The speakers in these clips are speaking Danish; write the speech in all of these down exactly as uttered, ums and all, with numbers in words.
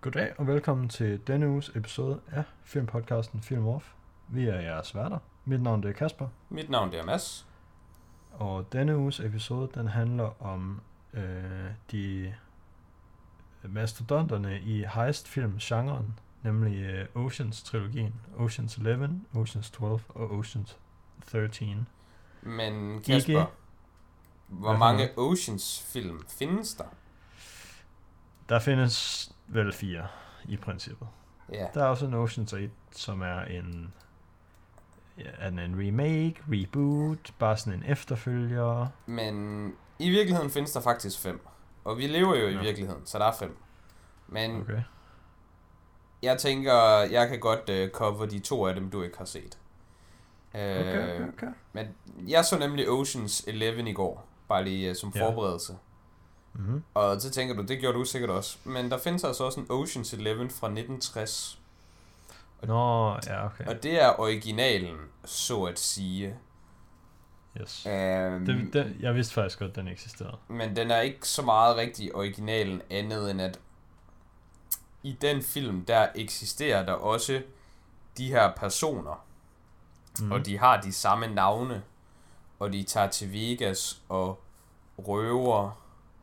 Goddag og velkommen til denne uges episode af filmpodcasten Film Off. Vi er jeres værter. Mit navn det er Kasper. Mit navn det er Mads. Og denne uges episode den handler om øh, de mastodonterne i heist-film-genren, nemlig øh, Oceans-trilogien. Oceans elleve, Oceans tolv og Oceans tretten. Men Kasper, Ikke? hvor Hvad mange Oceans-film findes der? Der findes vel fire i princippet. Ja. Der er også en Oceans otte, som er en, ja, er den en remake, reboot, bare sådan en efterfølger. Men i virkeligheden findes der faktisk fem. Og vi lever jo i ja. virkeligheden, så der er fem. Men okay. jeg tænker, jeg kan godt uh, cover de to af dem, du ikke har set. Uh, okay, okay, okay. Men jeg så nemlig Oceans elleve i går, bare lige uh, som ja. forberedelse. Mm-hmm. Og så tænker du, det gjorde du sikkert også. Men der findes altså også en Oceans elleve fra nitten tres. Nå, ja, okay. Og det er originalen, så at sige. Yes. Um, det, det, jeg vidste faktisk godt, at den eksisterede. Men den er ikke så meget rigtig originalen, andet end at i den film, der eksisterer der også de her personer. Mm. Og de har de samme navne. Og de tager til Vegas og røver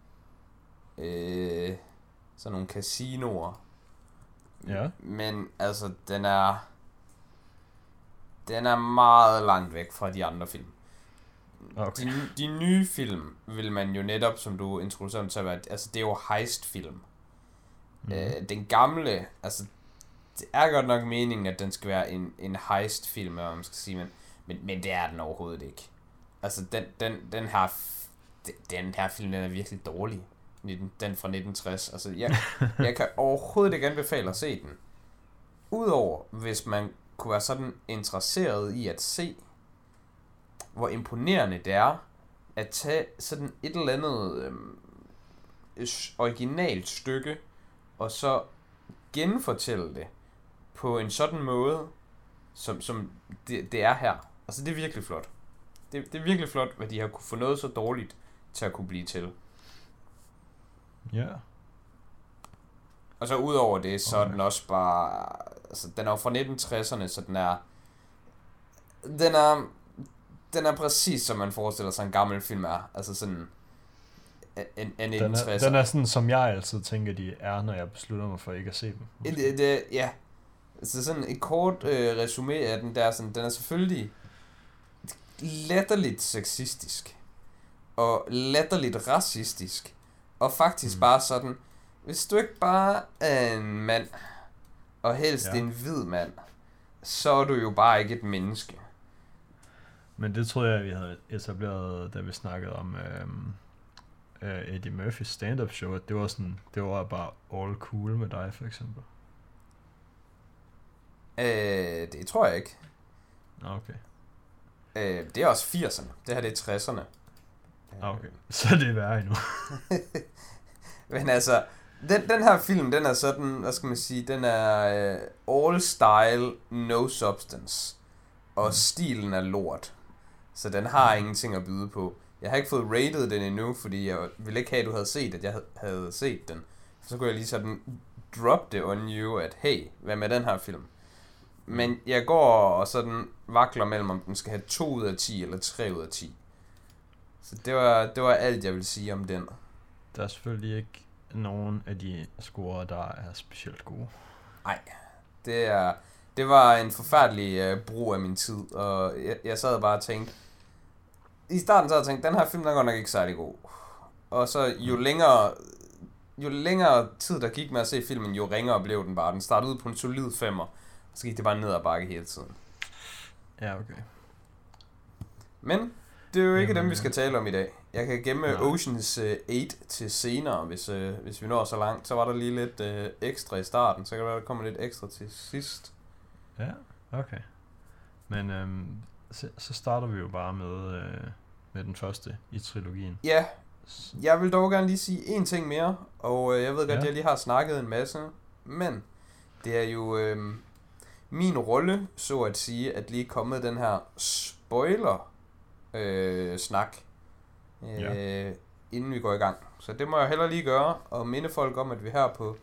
øh, sådan nogle casinoer. Ja. Men altså, den er den er meget langt væk fra de andre film. Okay. De, de nye film vil man jo netop, som du introducerede til at være, altså det er jo heist-film. Mm. Øh, den gamle, altså det er godt nok meningen, at den skal være en, en heist-film, hvad man skal sige, men, men, men det er den overhovedet ikke. Altså den, den, den her den her film, den er virkelig dårlig. Den fra nitten tres. Altså jeg, jeg kan overhovedet ikke anbefale at se den. Udover hvis man kunne være sådan interesseret i at se, hvor imponerende det er at tage sådan et eller andet øhm, originalt stykke og så genfortælle det på en sådan måde, som, som det, det er her. Altså det er virkelig flot. Det, det er virkelig flot, hvad de har kunne få noget så dårligt til at kunne blive til. Ja. Yeah. Og så udover det, så okay. er den også bare, altså den er jo fra nitten tresserne, så den er, den er, den er præcis som man forestiller sig en gammel film er, altså sådan en, en nitten tresser. Den er, den er sådan som jeg altid tænker de er, når jeg beslutter mig for ikke at se dem. Det, det, ja, altså sådan et kort øh, resumé af den der, sådan, den er selvfølgelig latterligt sexistisk og latterligt racistisk. Og faktisk mm. bare sådan, hvis du ikke bare er en mand, og helst ja. en hvid mand, så er du jo bare ikke et menneske. Men det troede jeg, vi havde etableret, da vi snakkede om øhm, øh, Eddie Murphys stand-up show, at det var sådan, det var bare all cool med dig, for eksempel. Øh, det tror jeg ikke. Okay. Øh, det er også firserne, det her det er tresserne. Okay, så det er værre endnu. Men altså, den, den her film, den er sådan, hvad skal man sige, den er uh, all style, no substance. Og mm. stilen er lort. Så den har mm. ingenting at byde på. Jeg har ikke fået rated den endnu, fordi jeg ville ikke have, at du havde set, at jeg havde set den. Så kunne jeg lige sådan drop det on you, at hey, hvad med den her film? Men jeg går og sådan vakler mellem, om den skal have to ud af ti eller tre ud af ti. Så det var, det var alt, jeg vil sige om den. Der er selvfølgelig ikke nogen af de scorer, der er specielt gode. Nej, det er det var en forfærdelig uh, brug af min tid, og jeg, jeg sad bare og tænkte, i starten så havde jeg tænkt, den her film er godt nok ikke særlig god. Og så jo længere, jo længere tid der gik med at se filmen, jo ringere blev den bare. Den startede ud på en solid femmer, og så gik det bare ned ad bakke hele tiden. Ja, okay. Men det er jo ikke Jamen, dem, vi skal tale om i dag. Jeg kan gemme nej. Oceans otte til senere, hvis, øh, hvis vi når så langt. Så var der lige lidt øh, ekstra i starten, så kan det være, der kommer lidt ekstra til sidst. Ja, okay. Men øhm, så, så starter vi jo bare med, øh, med den første i trilogien. Ja, jeg vil dog gerne lige sige en ting mere, og øh, jeg ved godt, ja. jeg lige har snakket en masse, men det er jo øh, min rolle, så at sige, at lige kommet den her spoiler Øh, snak øh, ja. inden vi går i gang. Så det må jeg heller lige gøre, og minde folk om, at vi her på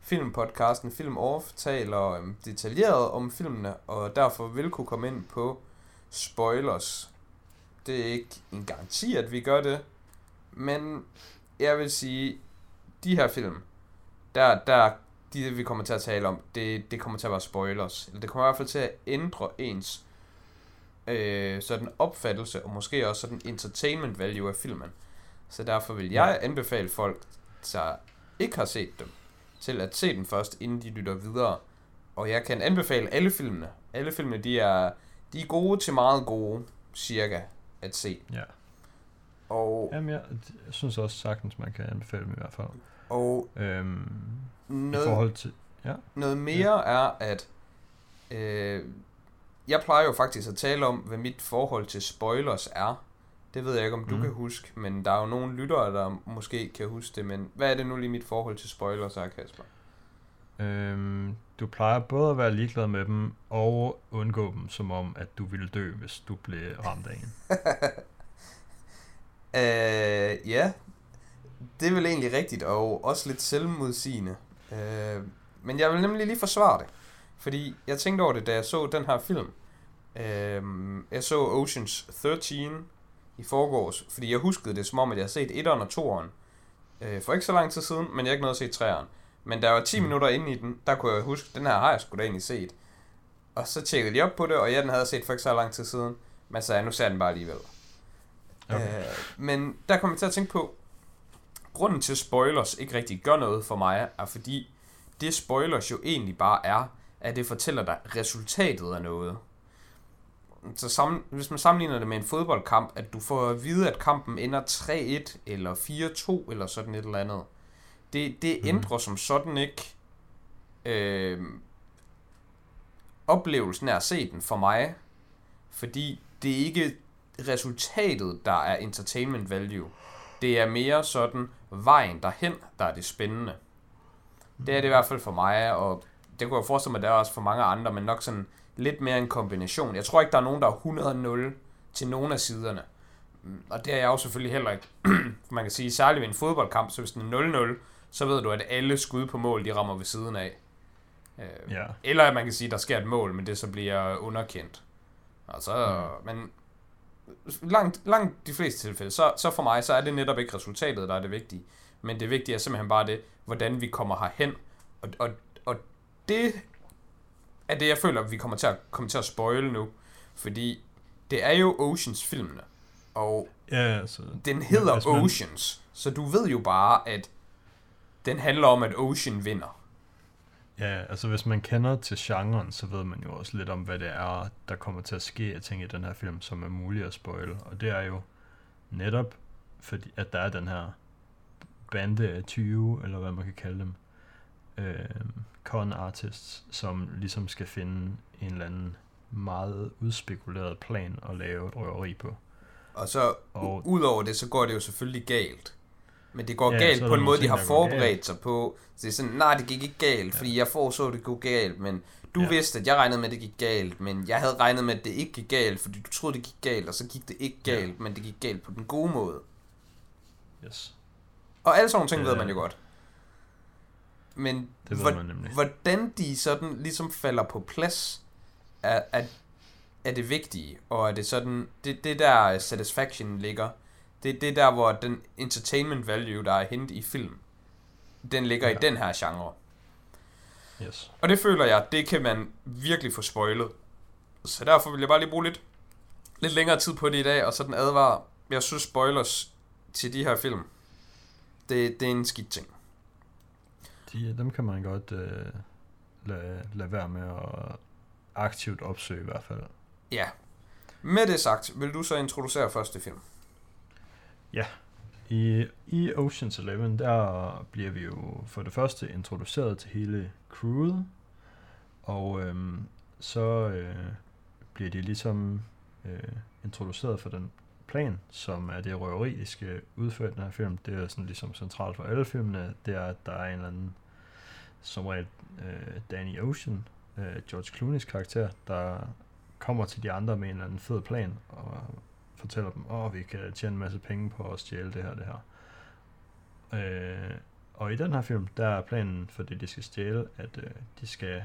filmpodcasten Film Off taler øhm, detaljeret om filmene, og derfor vil kunne komme ind på spoilers. Det er ikke en garanti, at vi gør det, men jeg vil sige, de her film, der, der de vi kommer til at tale om, det, det kommer til at være spoilers. Eller det kommer i hvert fald til at ændre ens øh, sådan opfattelse, og måske også sådan entertainment value af filmen. Så derfor vil jeg anbefale folk, der ikke har set dem, til at se den først, inden de lytter videre. Og jeg kan anbefale alle filmene. Alle filmene, de er, de er gode til meget gode, cirka, at se. Ja. Og, Jamen, jeg, jeg synes også sagtens, man kan anbefale dem i hvert fald. Og øhm, noget, i forhold til... Ja. Noget mere ja. er, at øh, jeg plejer jo faktisk at tale om, hvad mit forhold til spoilers er. Det ved jeg ikke, om du mm. kan huske, men der er jo nogle lyttere, der måske kan huske det. Men hvad er det nu lige mit forhold til spoilers er, Kasper? Øhm, du plejer både at være ligeglad med dem, og undgå dem, som om, at du ville dø, hvis du blev ramt af en. øh, ja, det er vel egentlig rigtigt, og også lidt selvmodsigende. Øh, men jeg vil nemlig lige forsvare det. Fordi jeg tænkte over det, da jeg så den her film. Øh, jeg så Ocean's tretten i forgårs, fordi jeg huskede det som om, at jeg havde set etteren og toeren øh, for ikke så lang tid siden, men jeg har ikke nåede at se treeren. Men der var ti minutter inde i den, der kunne jeg huske, den her har jeg sgu da egentlig set. Og så tjekkede de op på det, og jeg den havde set for ikke så lang tid siden, men så nu ser den bare alligevel. Okay. Øh, men der kom jeg til at tænke på, grunden til spoilers ikke rigtig gør noget for mig, er fordi det spoilers jo egentlig bare er, at det fortæller dig resultatet af noget. Så sammen, hvis man sammenligner det med en fodboldkamp, at du får at vide, at kampen ender tre et eller fire to eller sådan et eller andet. Det, det ændrer mm. som sådan ikke øh, oplevelsen af at se den for mig, fordi det er ikke resultatet, der er entertainment value. Det er mere sådan vejen derhen, der er det spændende. Det er det i hvert fald for mig, og det kunne jeg forestille mig, det er også for mange andre, men nok sådan lidt mere en kombination. Jeg tror ikke, der er nogen, der er hundrede nul til nogen af siderne. Og det er jeg jo selvfølgelig heller ikke. Man kan sige, særligt ved en fodboldkamp, så hvis den er nul nul, så ved du, at alle skud på mål, de rammer ved siden af. Øh, ja. Eller at man kan sige, at der sker et mål, men det så bliver underkendt. Og så, mm. Men langt, langt de fleste tilfælde, så, så for mig, så er det netop ikke resultatet, der er det vigtige. Men det vigtige er simpelthen bare det, hvordan vi kommer herhen. Og, og, og det er det, jeg føler, at vi kommer til at, kommer til at spoile nu. Fordi det er jo Oceans-filmene. Og ja, altså, den hedder altså, man... Oceans. Så du ved jo bare, at den handler om, at Ocean vinder. Ja, altså hvis man kender til genren, så ved man jo også lidt om, hvad det er, der kommer til at ske af ting i den her film, som er muligt at spoile. Og det er jo netop, fordi, at der er den her bande af tyve, eller hvad man kan kalde dem, øh, con artists, som ligesom skal finde en eller anden meget udspekuleret plan at lave et røveri på. Og så og, ud over det, så går det jo selvfølgelig galt. Men det går ja, galt på en måde, ting, de har forberedt sig på. Så det er sådan, nej, det gik ikke galt, ja. fordi jeg foreså, det gik galt, men du ja. vidste, at jeg regnede med, at det gik galt, men jeg havde regnet med, at det ikke gik galt, fordi du troede, det gik galt, og så gik det ikke galt, ja. men det gik galt på den gode måde. Yes. Og alle sådan nogle ting ja. ved man jo godt. Men det ved man nemlig. Hvordan de sådan ligesom falder på plads, er, er, er det vigtige, og er det sådan, det, det der satisfaction ligger. Det er der, hvor den entertainment value, der er hentet i film, den ligger ja. i den her genre. Yes. Og det føler jeg, det kan man virkelig få spoilet. Så derfor vil jeg bare lige bruge lidt, lidt længere tid på det i dag, og sådan advare. Jeg synes spoilers til de her film, det, det er en skidt ting. De, dem kan man godt øh, lade, lade være med at aktivt opsøge i hvert fald. Ja. Med det sagt, vil du så introducere første film? Ja, i, i Ocean's Eleven, der bliver vi jo for det første introduceret til hele crewet, og øhm, så øh, bliver de ligesom øh, introduceret for den plan, som er det røveri, de skal udføre i den her film. Det er sådan ligesom centralt for alle filmene, det er, at der er en eller anden, som regel øh, Danny Ocean, øh, George Clooney's karakter, der kommer til de andre med en eller anden fed plan, og fortæller dem, åh, oh, vi kan tjene en masse penge på at stjæle det her, det her. Øh, og i den her film, der er planen for det, de skal stjæle, at øh, de skal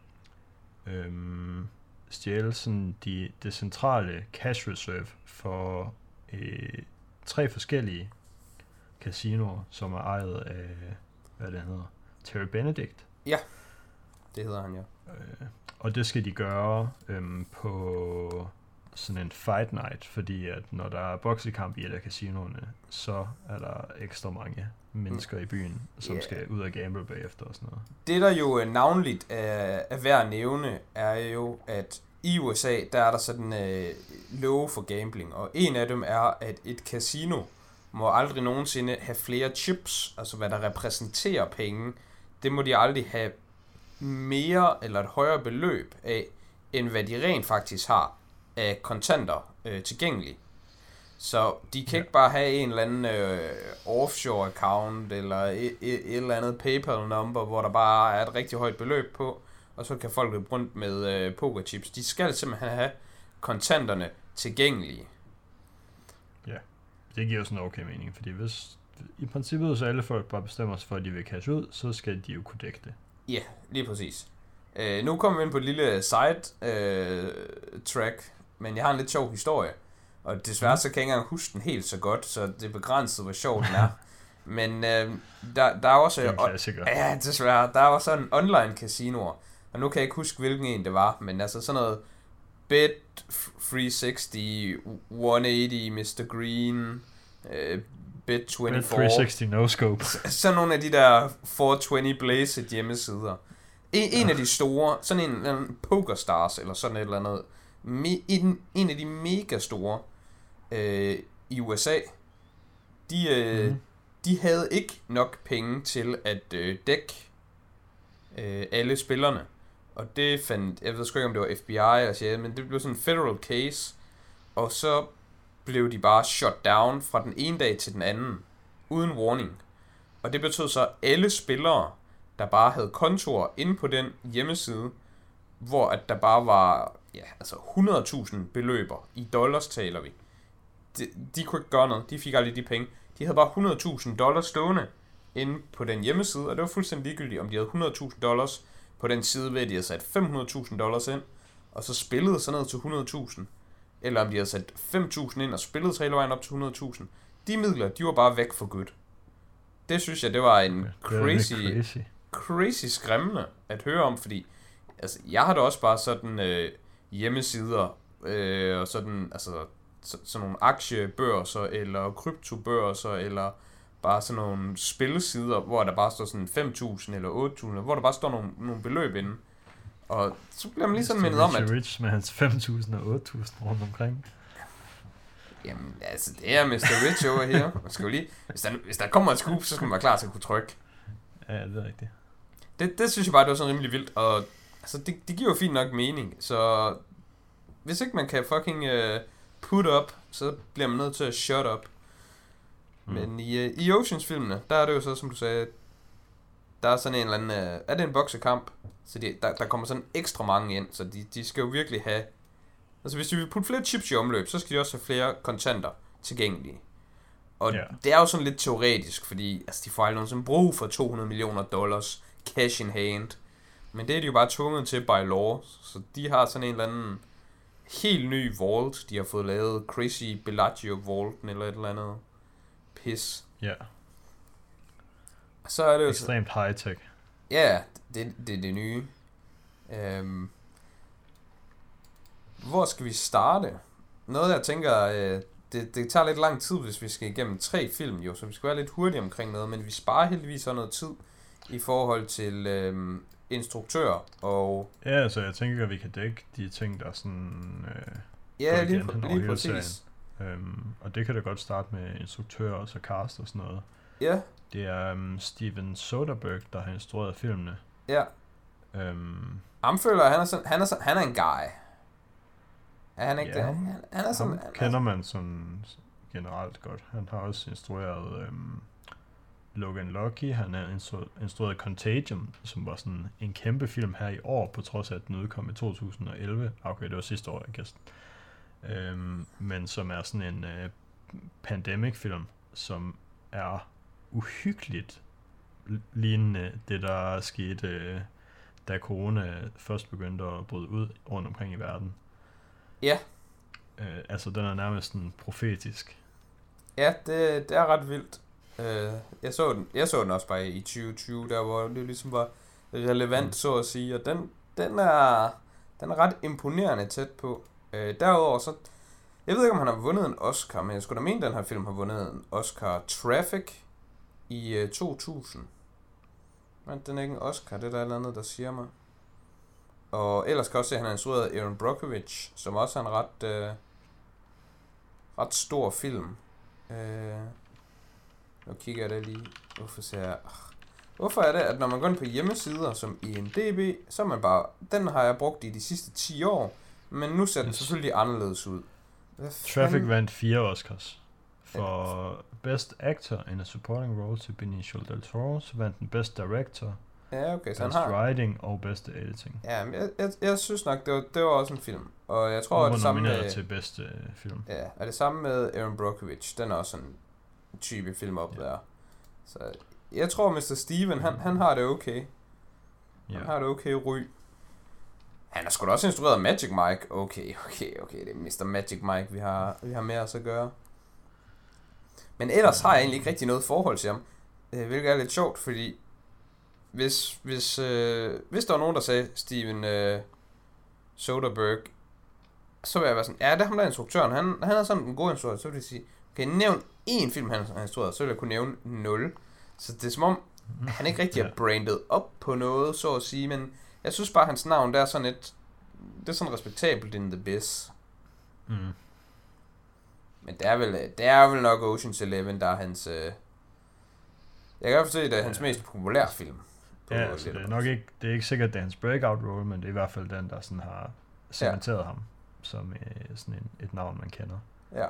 øhm, stjæle sådan de, det centrale cash reserve for øh, tre forskellige casinoer, som er ejet af, hvad det hedder, Terry Benedict. Ja, det hedder han, ja. Øh, og det skal de gøre øhm, på sådan en fight night, fordi at når der er boksekamp i et af casinoerne, så er der ekstra mange mennesker mm. i byen, som yeah. skal ud og gamble bagefter og sådan noget. Det, der jo navnligt er, er værd at nævne, er jo, at i U S A, der er der sådan øh, love for gambling, og en af dem er, at et casino må aldrig nogensinde have flere chips, altså hvad der repræsenterer penge. Det må de aldrig have mere eller et højere beløb af, end hvad de rent faktisk har af kontanter øh, tilgængelige. Så de kan ja. ikke bare have en eller anden øh, offshore account, eller et, et, et eller andet PayPal number, hvor der bare er et rigtig højt beløb på, og så kan folk løbe rundt med øh, pokerchips. De skal simpelthen have kontanterne tilgængelige. Ja, det giver jo sådan okay mening, fordi hvis i princippet, hvis alle folk bare bestemmer sig for, at de vil cash ud, så skal de jo kunne dække det. Ja, lige præcis. Øh, nu kommer vi ind på et lille side-track, øh, men jeg har en lidt sjov historie. Og desværre så kan jeg ikke engang huske den helt så godt, så det er begrænset, hvor sjov den er. Men øh, der, der er også... Det er en klassiker. Ja, desværre. Der er også sådan online casinoer. Og nu kan jeg ikke huske, hvilken en det var, men altså sådan noget Bet tre seks nul, et otte mister Green, øh, Bet toogtyve. Bet tre seks nul no scope. Sådan nogle af de der fire tyve Blazed hjemmesider. En, en af de store, sådan en, en PokerStars eller sådan et eller andet, me, en, en af de mega store øh, i U S A, de, øh, mm. de havde ikke nok penge til at øh, dække øh, alle spillerne. Og det fandt, jeg ved sgu ikke om det var F B I eller sådan, men det blev sådan en federal case, og så blev de bare shut down fra den ene dag til den anden, uden warning. Og det betød så, at alle spillere, der bare havde kontorer inde på den hjemmeside, hvor at der bare var ja, altså hundrede tusind beløber, i dollars taler vi. De, de kunne ikke gøre noget, de fik aldrig de penge. De havde bare hundrede tusind dollars stående inde på den hjemmeside, og det var fuldstændig ligegyldigt, om de havde hundrede tusind dollars på den side, ved at de havde sat fem hundrede tusind dollars ind, og så spillede så ned til hundrede tusind, eller om de havde sat fem tusind ind og spillede hele vejen op til hundrede tusind. De midler, de var bare væk for godt. Det synes jeg, det var en okay, crazy, crazy, crazy skræmmende at høre om, fordi altså, jeg har da også bare sådan øh, hjemmesider, øh, og sådan, altså, så, sådan nogle aktiebørser, eller kryptobørser, eller bare sådan nogle spillesider, hvor der bare står sådan fem tusind eller otte tusind, hvor der bare står nogle, nogle beløb inde. Og så bliver man lige sådan mindet om, at... Rich med hans fem tusind og otte tusind rundt omkring. Jamen, altså, det er mister Rich over her. Man skal jo lige... Hvis der, hvis der kommer et scoop, så skal man være klar til at kunne trykke. Ja, det er rigtigt. Det, det synes jeg bare, det var sådan rimelig vildt, og altså, det, det giver jo fint nok mening, så hvis ikke man kan fucking uh, put up, så bliver man nødt til at shut up. Mm. Men i, uh, i Oceans-filmene, der er det jo så, som du sagde, der er sådan en eller anden, uh, er det en boksekamp, så de, der, der kommer sådan ekstra mange ind, så de, de skal jo virkelig have, altså hvis de vil putte flere chips i omløb, så skal de også have flere kontanter tilgængelige. Og yeah. det er jo sådan lidt teoretisk, fordi altså, de får aldrig nogensinde brug for to hundrede millioner dollars cash in hand. Men det er de jo bare tvunget til by law. Så de har sådan en eller anden helt ny vault, de har fået lavet. Crazy Bellagio Vaulten eller et eller andet pis. Ja. Yeah. Så er det jo ekstremt så... high-tech. Ja, det, det er det nye. Øhm. Hvor skal vi starte? Noget jeg tænker... Øh, Det, det tager lidt lang tid, hvis vi skal igennem tre film, jo, så vi skal være lidt hurtige omkring noget, men vi sparer heldigvis også noget tid i forhold til øhm, instruktør og... Ja, altså jeg tænker, at vi kan dække de ting, der sådan... Øh, ja, lige, lige præcis. Øhm, og det kan da godt starte med instruktør og så cast og sådan noget. Ja. Det er um, Steven Soderbergh, der har instrueret filmene. Ja. Øhm, Han føler, han er, sådan, han, er sådan, han er en guy. Er han ikke ja, det? Han, han er sådan... Han kender man sådan generelt godt. Han har også instrueret øhm, Logan Lucky. Han har instru- instrueret Contagion, som var sådan en kæmpe film her i år, på trods af at den udkom i to tusind og elleve. Okay, det var sidste år, jeg gæst. Øhm, men som er sådan en øh, pandemic film, som er uhyggeligt lignende det, der skete, øh, da corona først begyndte at bryde ud rundt omkring i verden. Ja. Øh, altså, den er nærmest sådan profetisk. Ja, det, det er ret vildt. Øh, jeg, så den, jeg så den også bare i tyve tyve, der hvor det ligesom var relevant, mm. så at sige, og den, den, er, den er ret imponerende tæt på. Øh, derudover så, jeg ved ikke, om han har vundet en Oscar, men jeg skulle da mene, at den her film har vundet en Oscar. Traffic i øh, to tusind. Men den er ikke en Oscar, det er der et eller andet, der siger mig. Og ellers kan jeg også se, at han har instrueret Erin Brockovich, som også er en ret, øh, ret stor film. Øh, nu kigger jeg det lige. Hvorfor ser jeg... Hvorfor er det, at når man går ind på hjemmesider som I M D B, så er man bare... Den har jeg brugt i de sidste ti år, men nu ser den selvfølgelig anderledes ud. Traffic vandt fire Oscars. For ja. Best Actor in a Supporting Role til Benicio del Toro, så vandt den Best Director, ja, okay, så Best han har... Writing og Best Editing. Ja, men jeg, jeg, jeg synes nok, det var, det var også en film. Og jeg tror, og at det samme med... til bedste film. Ja, og det samme med Erin Brockovich. Den er også sådan en type film op ja. Der. Så jeg tror, mister Steven, han, han har det okay. Han ja. Har det okay ry. Han har sgu da også instrueret Magic Mike. Okay, okay, okay. Det er mister Magic Mike, vi har, vi har med os at gøre. Men ellers har jeg egentlig ikke rigtig noget forhold til ham. Hvilket er lidt sjovt, fordi... Hvis, hvis, øh, hvis der var nogen, der sagde Steven øh, Soderbergh, så vil jeg være sådan, ja, det er ham, der er instruktøren. Han, han er sådan en god instruktør. Så vil jeg sige, okay, nævn én film, han har instrueret, så vil jeg kunne nævne nul. Så det er som om, han ikke rigtig er brandet op på noget, så at sige. Men jeg synes bare, hans navn, der er sådan et, det er sådan respektabelt in the biz. Mm. Men det er vel, det er vel nok Ocean's Eleven, der er hans... Øh, jeg kan godt forstå, at det er hans mest populære film. Ja, altså, det er nok ikke, det er ikke sikkert, det er hans breakout role, men det er i hvert fald den, der sådan har cementeret ja. Ham som øh, sådan en, et navn, man kender. Ja.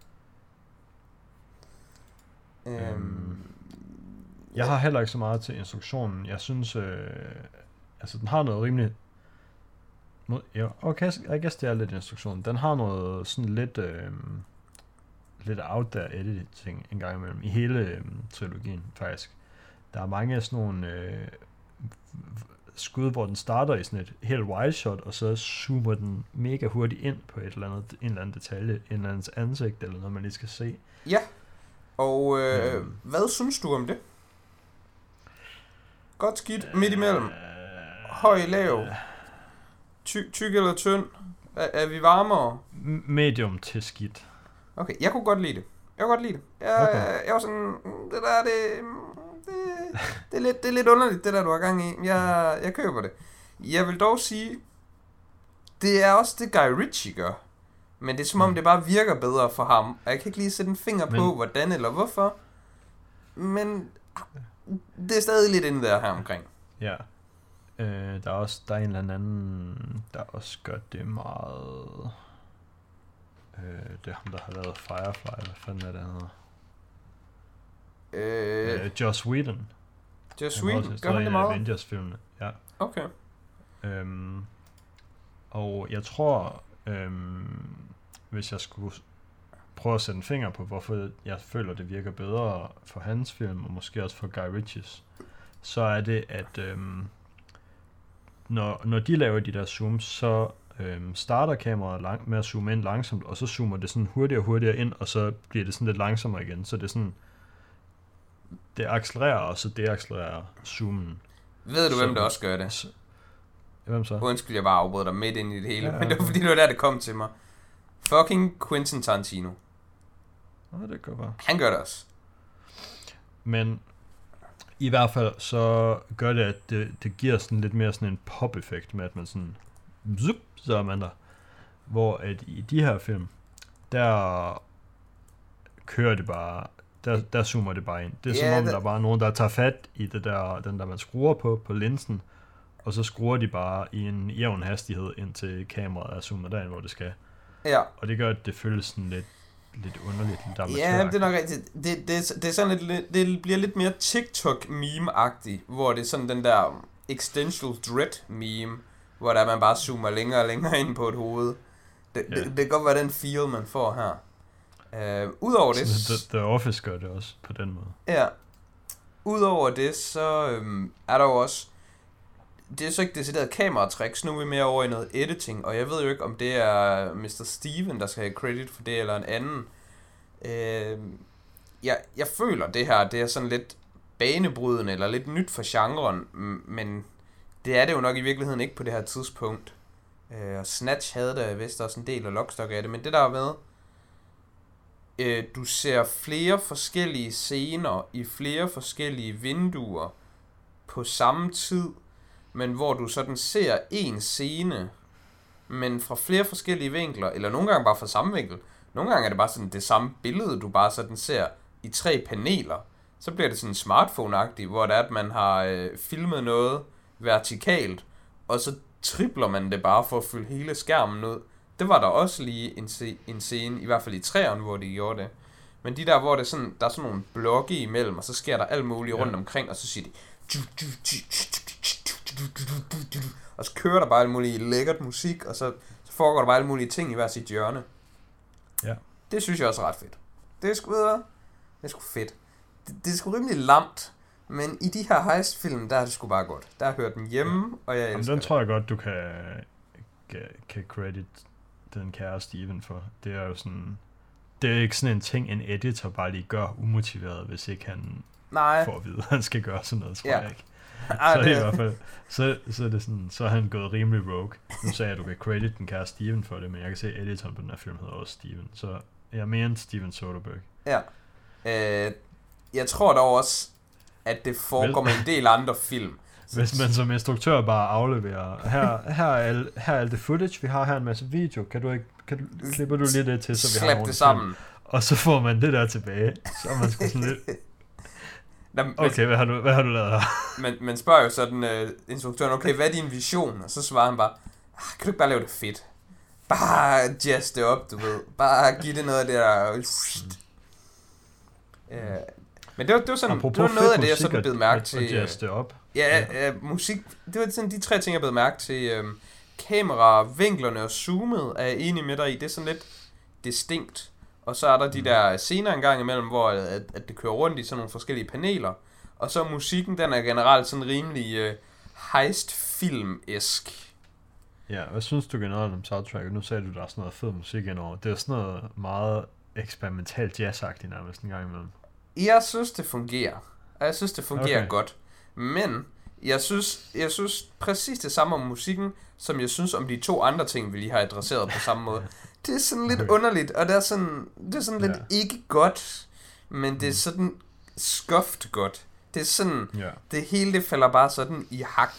Øhm, jeg har heller ikke så meget til instruktionen. Jeg synes, øh, altså den har noget rimelig... Ja, okay, I guess det er lidt instruktion. Den har noget sådan lidt... Øh, lidt out there editing en gang imellem. I hele øh, trilogien, faktisk. Der er mange sådan nogle øh, skud, hvor den starter i sådan et helt wide shot, og så zoomer den mega hurtigt ind på et eller andet, en eller anden detalje, en eller andens ansigt, eller noget, man lige skal se. Ja, og øh, øhm. hvad synes du om det? Godt skidt, midt imellem. Høj, lav. Ty- tyk eller tynd? Er, er vi varmere? Medium til skidt. Okay, jeg kunne godt lide det. Jeg kunne godt lide det. Jeg, okay. jeg var sådan, det der, det... Det, det, er lidt, det er lidt underligt, det der, du har gang i. Jeg, jeg køber det. Jeg vil dog sige, det er også det, Guy Ritchie gør. Men det er som om, det bare virker bedre for ham. Og jeg kan ikke lige sætte en finger men, på, hvordan eller hvorfor. Men det er stadig lidt inde der her omkring. Ja. Øh, der er også der er en eller anden, der også gør det meget... Øh, det er ham, der har lavet Firefly. Hvad fanden er det, han hedder? Øh, uh, Joss Whedon. Joss Whedon, gør han det meget? Avengers-filmene, ja. Okay. Øhm, og jeg tror, øhm, hvis jeg skulle prøve at sætte en finger på, hvorfor jeg føler, det virker bedre for hans film, og måske også for Guy Ritchies, så er det, at øhm, når, når de laver de der zooms, så øhm, starter kameraet lang- med at zoome ind langsomt, og så zoomer det sådan hurtigere og hurtigere ind, og så bliver det sådan lidt langsommere igen, så det er sådan... Det accelererer, og så deaccelererer zoomen. Ved du, så, hvem der også gør det? Så, hvem så? Undskyld, jeg bare afbrød dig midt ind i det hele, ja, men det var fordi, det var der, det kom til mig. Fucking Quentin Tarantino. Ja, det gør bare. Han gør det også. Men i hvert fald, så gør det, at det, det giver sådan lidt mere sådan en pop-effekt med, at man sådan, zup, så er man der. Hvor at i de her film, der kører det bare... Der, der zoomer det bare ind. Det er yeah, som om, det... der er bare nogen, der tager fat i det der, den der man skruer på, på linsen, og så skruer de bare i en jævn hastighed ind til kameraet er zoomet derind, hvor det skal. Ja. Og det gør, at det føles sådan lidt, lidt underligt, lidt ja, det er nok rigtigt. Det, det, det, er sådan lidt, det bliver lidt mere TikTok-meme-agtigt, hvor det er sådan den der existential dread-meme, hvor der man bare zoomer længere og længere ind på et hoved. Det, yeah. det, det kan godt være den feel, man får her. Uh, Udover det... The, the Office gør det også på den måde. Ja. udover det, så øhm, er der jo også, det er så ikke decideret kameratricks, nu er vi mere over i noget editing, og jeg ved jo ikke, om det er mister Steven, der skal have credit for det, eller en anden. Øh, jeg, jeg føler, det her, det er sådan lidt banebrydende, eller lidt nyt for genren, men det er det jo nok i virkeligheden ikke på det her tidspunkt. Øh, og Snatch havde da vist også en del af Lockstock af det, men det der er med, øh, du ser flere forskellige scener i flere forskellige vinduer på samme tid, men hvor du sådan ser en scene, men fra flere forskellige vinkler, eller nogle gange bare fra samme vinkel. Nogle gange er det bare sådan det samme billede, du bare sådan ser i tre paneler. Så bliver det sådan smartphone-agtigt, hvor det er, at man har øh, filmet noget vertikalt, og så tripler man det bare for at fylde hele skærmen ud. Det var der også lige en, se- en scene, i hvert fald i træerne, hvor de gjorde det. Men de der, hvor det sådan, der er sådan nogle blokke imellem, og så sker der alt muligt rundt omkring, og så siger de... Og så kører der bare alt muligt lækkert musik, og så, så foregår der bare alt mulige ting i hver sit hjørne. Ja. Det synes jeg også er ret fedt. Det er sgu, det er sgu fedt. Det, det er sgu rimelig lamt, men i de her heist-film, der er det sgu bare godt. Der har hørt den hjemme, ja. Og jeg elsker Jamen, den det. tror jeg godt, du kan, kan, kan credit den kære Steven for. Det er jo sådan... Det er ikke sådan en ting, en editor bare lige gør umotiveret, hvis ikke han Nej. får at vide, at han skal gøre sådan noget, tror Ja. jeg ikke. Ej, Så det... i hvert fald, så, så er det sådan, så er han gået rimelig rogue. Nu sagde jeg, at du kan credit den kære Steven for det, men jeg kan se, at editoren på den her film hedder også Steven. Så jeg mener end Steven Soderbergh. Ja. Øh, jeg tror dog også, at det foregår med en del andre film. Hvis man som instruktør bare afleverer, her, her, er al, her er alt det footage, vi har her en masse video, kan du ikke, kan du, klipper du lige det til, så vi Slap har det sammen. Film. Og så får man det der tilbage, så er man sgu sådan lidt, Nå, okay, hvad har du, hvad har du lavet her? Men man spørger jo sådan uh, instruktøren, okay, hvad er din vision? Og så svarer han bare, ah, kan du ikke bare lave det fedt? Bare jazz det op, du ved. Bare give det noget af det der... Uh, men det var, det var sådan, det var noget af det, jeg sådan blev mærke til. Og jazz det op. Ja, ja. Uh, musik, det var sådan de tre ting, jeg blev mærke til. Um, kamera, vinklerne og zoomet er jeg enig med dig i. Det er sådan lidt distinkt. Og så er der de mm. der scener en gang imellem, hvor at, at det kører rundt i sådan nogle forskellige paneler. Og så musikken, den er generelt sådan rimelig uh, heist-film-esk. Ja, hvad synes du generelt om soundtracket? Nu sagde du, der er sådan noget fed musik indover. Det er sådan noget meget eksperimentalt jazzagtigt nærmest en gang imellem. Jeg synes, det fungerer. Og jeg synes, det fungerer okay. godt. Men jeg synes, jeg synes præcis det samme om musikken, som jeg synes om de to andre ting, vi lige har adresseret på samme måde. Det er sådan lidt okay. underligt, og det er sådan, det er sådan lidt yeah. ikke godt, men det er sådan skuft godt. Det er sådan, yeah. det hele det falder bare sådan i hak.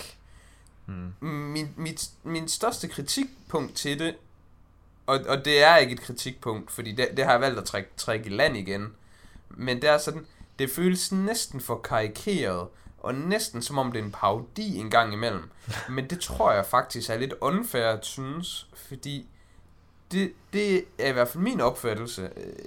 Mm. Min, mit, min største kritikpunkt til det, og, og det er ikke et kritikpunkt, fordi det, det har jeg valgt at trække, trække i land igen, men det er sådan, det føles næsten for karikeret, og næsten som om det er en parodi en gang imellem. Men det tror jeg faktisk er lidt unfair at synes, fordi det, det er i hvert fald min opfattelse,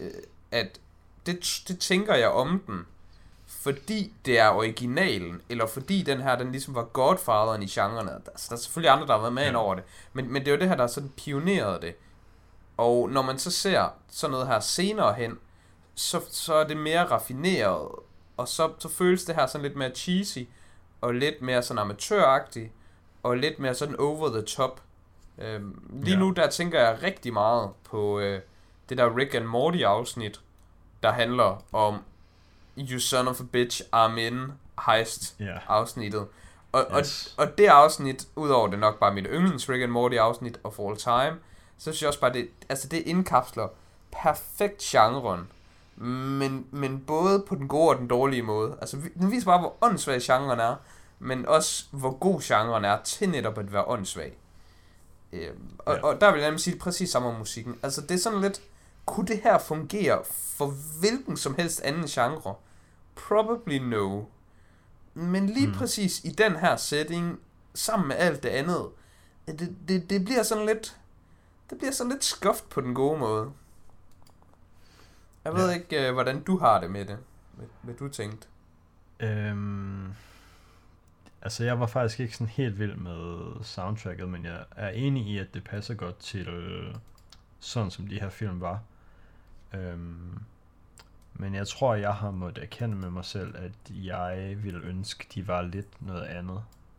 at det, det tænker jeg om den, fordi det er originalen, eller fordi den her, den ligesom var godfatheren i genrerne. Der, der er selvfølgelig andre, der har været med ind over det, men, men det er jo det her, der sådan pionerede det. Og når man så ser sådan noget her senere hen, så, så er det mere raffineret, og så, så føles det her sådan lidt mere cheesy, og lidt mere sådan amatøragtigt, og lidt mere sådan over the top. Øhm, lige ja. nu, der tænker jeg rigtig meget på øh, det der Rick and Morty afsnit, der handler om You son of a bitch, I'm in heist yeah. afsnittet. Og, yes. og, og det afsnit, udover det nok bare mit yndlings Rick and Morty afsnit of all time, så synes jeg også bare, det, altså det indkapsler perfekt genren, men, men både på den gode og den dårlige måde. Altså den viser bare, hvor åndssvag genren er, men også hvor god genren er til netop at være åndssvag. Øhm, og, yeah. og der vil jeg nemlig sige præcis samme om musikken. Altså det er sådan lidt, kunne det her fungere for hvilken som helst anden genre? Probably no. Men lige mm. præcis i den her setting, sammen med alt det andet, det, det, det bliver sådan lidt, det bliver sådan lidt skuft på den gode måde. Jeg ved ja. ikke, hvordan du har det med det. Hvad, hvad du tænkte? Øhm, altså jeg var faktisk ikke sådan helt vild med soundtracket, men jeg er enig i, at det passer godt til sådan som de her film var. Øhm, Men jeg tror, jeg har måttet erkende med mig selv, at jeg ville ønske, de var lidt noget andet.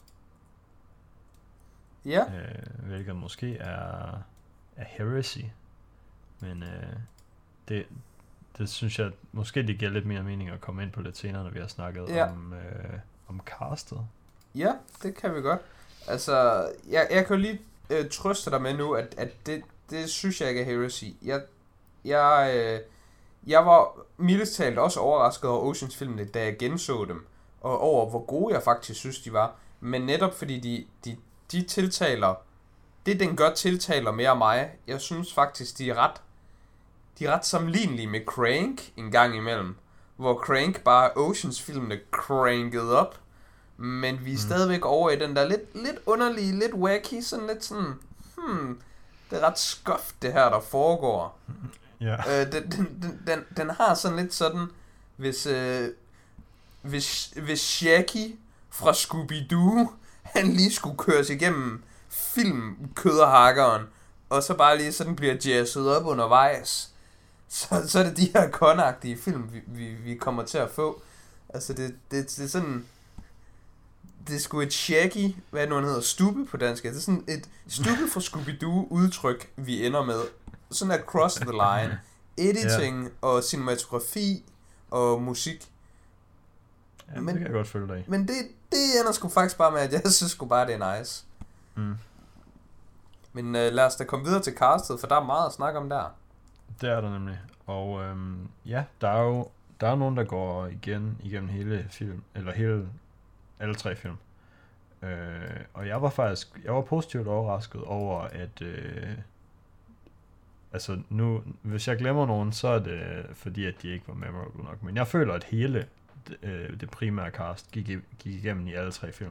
Ja. Øh, hvilket måske er, er heresy. Men øh, det, det synes jeg, måske det giver lidt mere mening at komme ind på lidt senere, når vi har snakket ja. om, øh, om castet. Ja, det kan vi godt. Altså, jeg, jeg kan jo lige øh, trøste dig med nu, at, at det, det synes jeg ikke er heresy. Jeg, jeg, øh, jeg var mildest talt også overrasket over Oceans-filmene, da jeg genså dem, og over hvor gode jeg faktisk synes, de var. Men netop fordi de, de, de tiltaler, det den gør tiltaler mere mig, jeg synes faktisk, de er ret, de er ret sammenlignelige med Crank en gang imellem, hvor Crank bare Oceans-filmene cranket op, men vi er mm. stadigvæk over i den der lidt, lidt underlige, lidt wacky, sådan lidt sådan, hmm, det er ret skuft det her, der foregår. Ja. Øh, den, den, den, den har sådan lidt sådan, hvis, øh, hvis, hvis Shaggy fra Scooby-Doo, han lige skulle køres igennem filmkøderhakkeren, og så bare lige sådan bliver jazzet op undervejs, så, så er det de her konagtige film, vi, vi, vi kommer til at få. Altså det, det, det er sådan, det er sgu et Shaggy, hvad nu han hedder, stube på dansk, det er sådan et stube fra Scooby-Doo udtryk, vi ender med. Sådan der cross the line, editing yeah. og cinematografi og musik. Ja, men, det kan jeg godt følge dig i. Men det, det ender sgu faktisk bare med, at jeg synes sgu bare, det er nice. Mm. Men uh, lad os da komme videre til castet, for der er meget at snakke om der. Det er der nemlig. Og øhm, ja, der er jo der er nogen, der går igen igennem hele film, eller hele alle tre film. Øh, og jeg var faktisk, jeg var positivt overrasket over, at øh, altså nu, hvis jeg glemmer nogen, så er det fordi, at de ikke var memorable nok. Men jeg føler, at hele det, øh, det primære cast gik, gik igennem i alle tre film.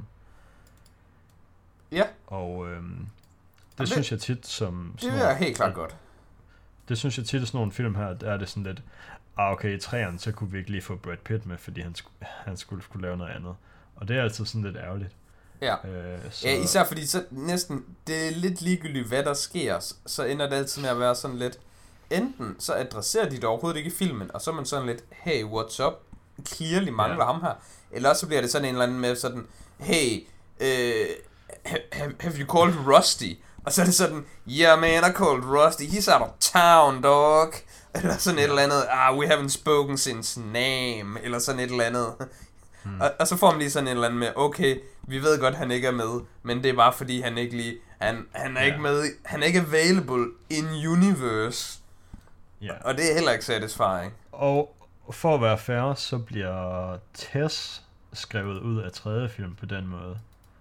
Ja. Og øhm, det, det synes jeg tit som... Det er helt klart godt. Det synes jeg tit i sådan nogle film her, der er det sådan lidt, ah okay, i træerne, så kunne vi ikke lige få Brad Pitt med, fordi han, sk- han skulle, skulle lave noget andet. Og det er altid sådan lidt ærgerligt. Ja. Øh, så... ja, især fordi så næsten, det er lidt ligegyldigt, hvad der sker, så ender det altid med at være sådan lidt, enten så adresserer de det overhovedet ikke i filmen, og så er man sådan lidt, hey, what's up? Clearly mangler ja. ham her. Eller så bliver det sådan en eller anden med sådan, hey, uh, have, have you called Rusty? Og så er det sådan, yeah man, I called Rusty, he's out of town, dog. Eller sådan et eller andet, ah, we haven't spoken since name, eller sådan et eller andet. Hmm. Og, og så får man lige sådan en eller anden med, okay, vi ved godt, han ikke er med, men det er bare fordi, han ikke lige, han, han er yeah. ikke med, han er ikke available in universe. Yeah. Og det er heller ikke satisfying. Og for at være fair, så bliver Tess skrevet ud af tredje film på den måde.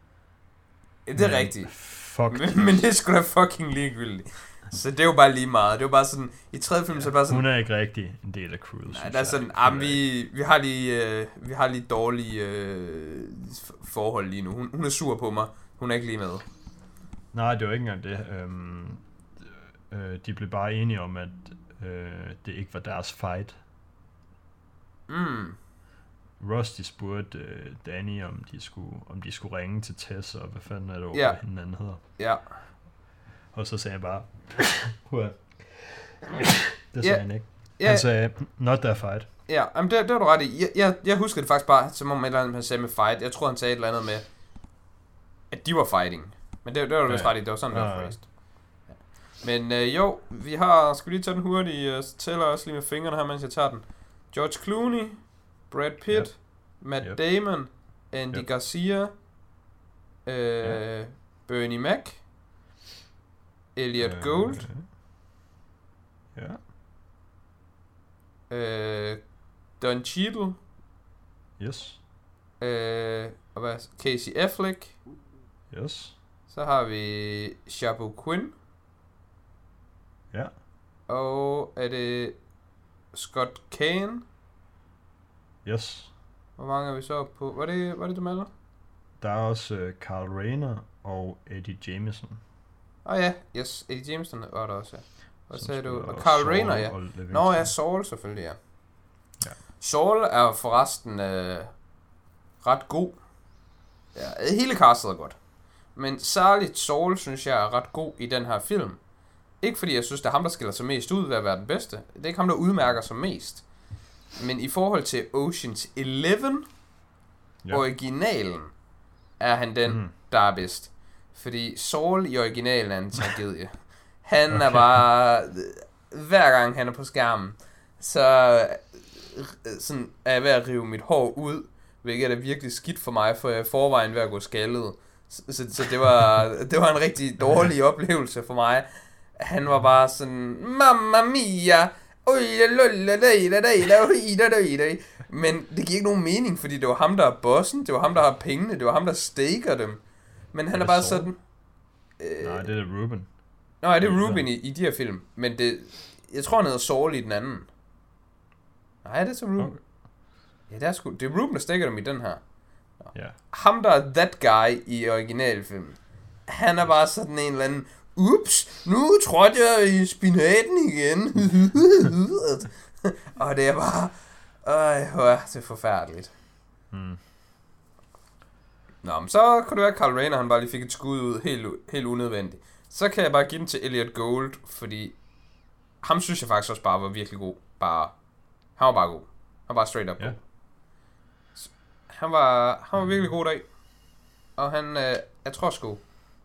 Det er men, rigtigt. Fuck men, men det er sgu da fucking ligegyldigt. Så det er jo bare lige meget. Det er jo bare sådan, i tredje film, ja, så er det bare sådan... Hun er ikke rigtig en del af crewet. Nej, der er sådan, ah, vi, vi har lige, øh, vi har lige dårlige øh, forhold lige nu. Hun, hun er sur på mig. Hun er ikke lige med. Nej, det var ikke engang det. Øhm, øh, de blev bare enige om, at øh, det ikke var deres fight. Mm. Rusty spurgte øh, Danny, om de, skulle, om de skulle ringe til Tess, og hvad fanden er det over, ja. hvad hende anden hedder. Ja. Og så sagde jeg bare, hurra. Det sagde yeah. han ikke. Yeah. Han sagde, not that fight. Ja, jamen det, det var du ret i. Jeg, jeg, jeg husker det faktisk bare, som om et eller andet, han sagde med fight. Jeg tror han sagde et eller andet med, at de var fighting. Men det, det var du vist ja. ret i, det var sådan, det var ja. Ja. Men øh, jo, vi har, skal vi lige tage den hurtigt, og tæller også lige med fingrene her, mens jeg tager den. George Clooney, Brad Pitt, yep. Matt yep. Damon, Andy yep. Garcia, øh, yep. Bernie Mac, Elliot øh, Gould, ja. øh, Don Cheadle, yes, øh, og hvad, Casey Affleck, yes, så har vi Shabu Quinn, ja, og er det Scott Caan, yes. Hvor mange er vi så på? Var det, var det du melder? Der er også uh, Carl Reiner og Eddie Jameson. Åh oh, ja, yes, Eddie Jameson var der også, ja. Hvad sagde du? Og Carl Reiner, ja. Nå ja, Saul selvfølgelig, ja. ja. Saul er forresten øh, ret god. Ja, hele castet er godt. Men særligt Saul, synes jeg, er ret god i den her film. Ikke fordi jeg synes, det er ham, der skiller sig mest ud ved at være den bedste. Det er ikke ham, der udmærker sig mest. Men i forhold til Ocean's elleve, ja. originalen, er han den, mm. der er bedst. Fordi Saul i originalen er en tragedie. Han okay. er bare... Hver gang han er på skærmen, så sådan, er jeg ved at rive mit hår ud, hvilket er virkelig skidt for mig, for jeg er i forvejen ved at gå skaldet. Så, så, så det, var, det var en rigtig dårlig oplevelse for mig. Han var bare sådan, mamma mia, men det giver ikke nogen mening, fordi det var ham, der er bossen, det var ham, der har pengene, det var ham, der staker dem. Men han er, er bare Saul? Sådan... Øh, Nej, det er Ruben. Nej, det er Ruben i, i de her film, men det, jeg tror, han hedder Saul i den anden. Nej, det er så Ruben. Okay. Ja, det er sgu, det er Ruben, der stikker dem i den her. Yeah. Ham, der er that guy i originalfilmen, han er bare sådan en eller anden, ups, nu trådte jeg i spinaten igen. Og det er bare, øj, det er forfærdeligt. Hmm. Nå, men så kunne det være, at Carl Reiner, han bare lige fik et skud ud, helt, helt unødvendigt. Så kan jeg bare give den til Elliot Gould, fordi ham synes jeg faktisk også bare var virkelig god. Bare, han var bare god. Han var bare straight up god. Yeah. Han var, han var virkelig god dag. Og han, øh, jeg tror sgu,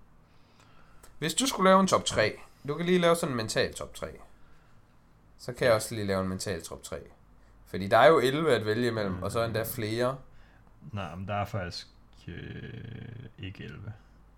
hvis du skulle lave en top tre, du kan lige lave sådan en mental top tre. Så kan jeg også lige lave en mental top tre. Fordi der er jo elleve at vælge imellem, mm. og så endda flere. Nej, men der er faktisk øh, ikke elleve.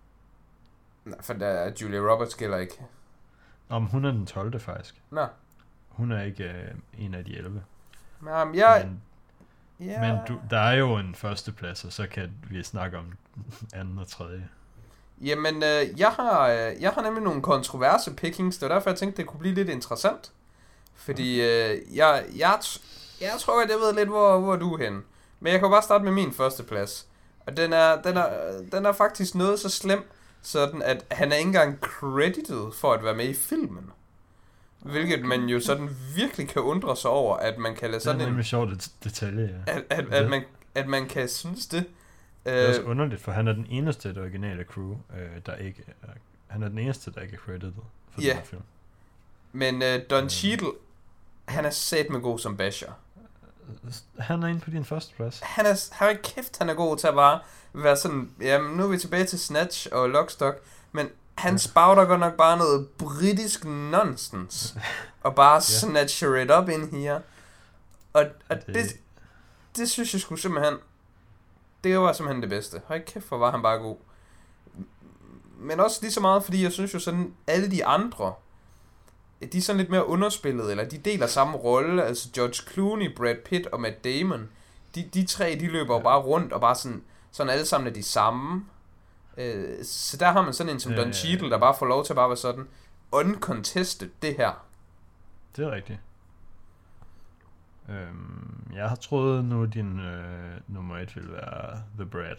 Nej, for der er Julia Roberts gælder ikke. Nå, men hun er den tolvte faktisk. Nå. Hun er ikke øh, en af de elleve. Jamen, jeg... Men, ja. men du, der er jo en førsteplads, og så kan vi snakke om anden og tredje. Jamen, øh, jeg, har, øh, jeg har nemlig nogle kontroverse pickings, det var derfor, jeg tænkte, det kunne blive lidt interessant. Fordi øh, jeg, jeg, jeg tror, at jeg ved lidt, hvor, hvor du er henne. Men jeg kan bare starte med min førsteplads. Og den er, den er, den er faktisk noget så slem, sådan at han er ikke engang credited for at være med i filmen. Hvilket man jo sådan virkelig kan undre sig over, at man kan lade sådan en... Det er nemlig sjovt det, detalje, ja. At, at, at, man, at man kan synes det. Det er også underligt, for han er den eneste af det originale crew, øh, der ikke er... Han er den eneste, der ikke er credited for yeah. den her film. Men øh, Don Cheadle, han er sat med god som Basher. Han er inde på din første plads. Han er, han er kæft, han er god til at bare være sådan, jamen nu er vi tilbage til Snatch og Lockstock, men han spouter godt nok bare noget britisk nonsense, og bare yeah. snatcher it up in her. Og, og det, det, det synes jeg sgu simpelthen, det var simpelthen det bedste. Hold kæft, hvor var han bare god. Men også lige så meget, fordi jeg synes jo sådan, alle de andre, de er sådan lidt mere underspillet, eller de deler samme rolle, altså George Clooney, Brad Pitt og Matt Damon, de, de tre, de løber jo bare rundt, og bare sådan, sådan alle sammen er de samme. Øh, så der har man sådan en som Don Cheadle, der bare får lov til at bare være sådan, uncontested, det her. Det er rigtigt. Øhm, jeg har troet nu, din øh, nummer et vil være The Brad.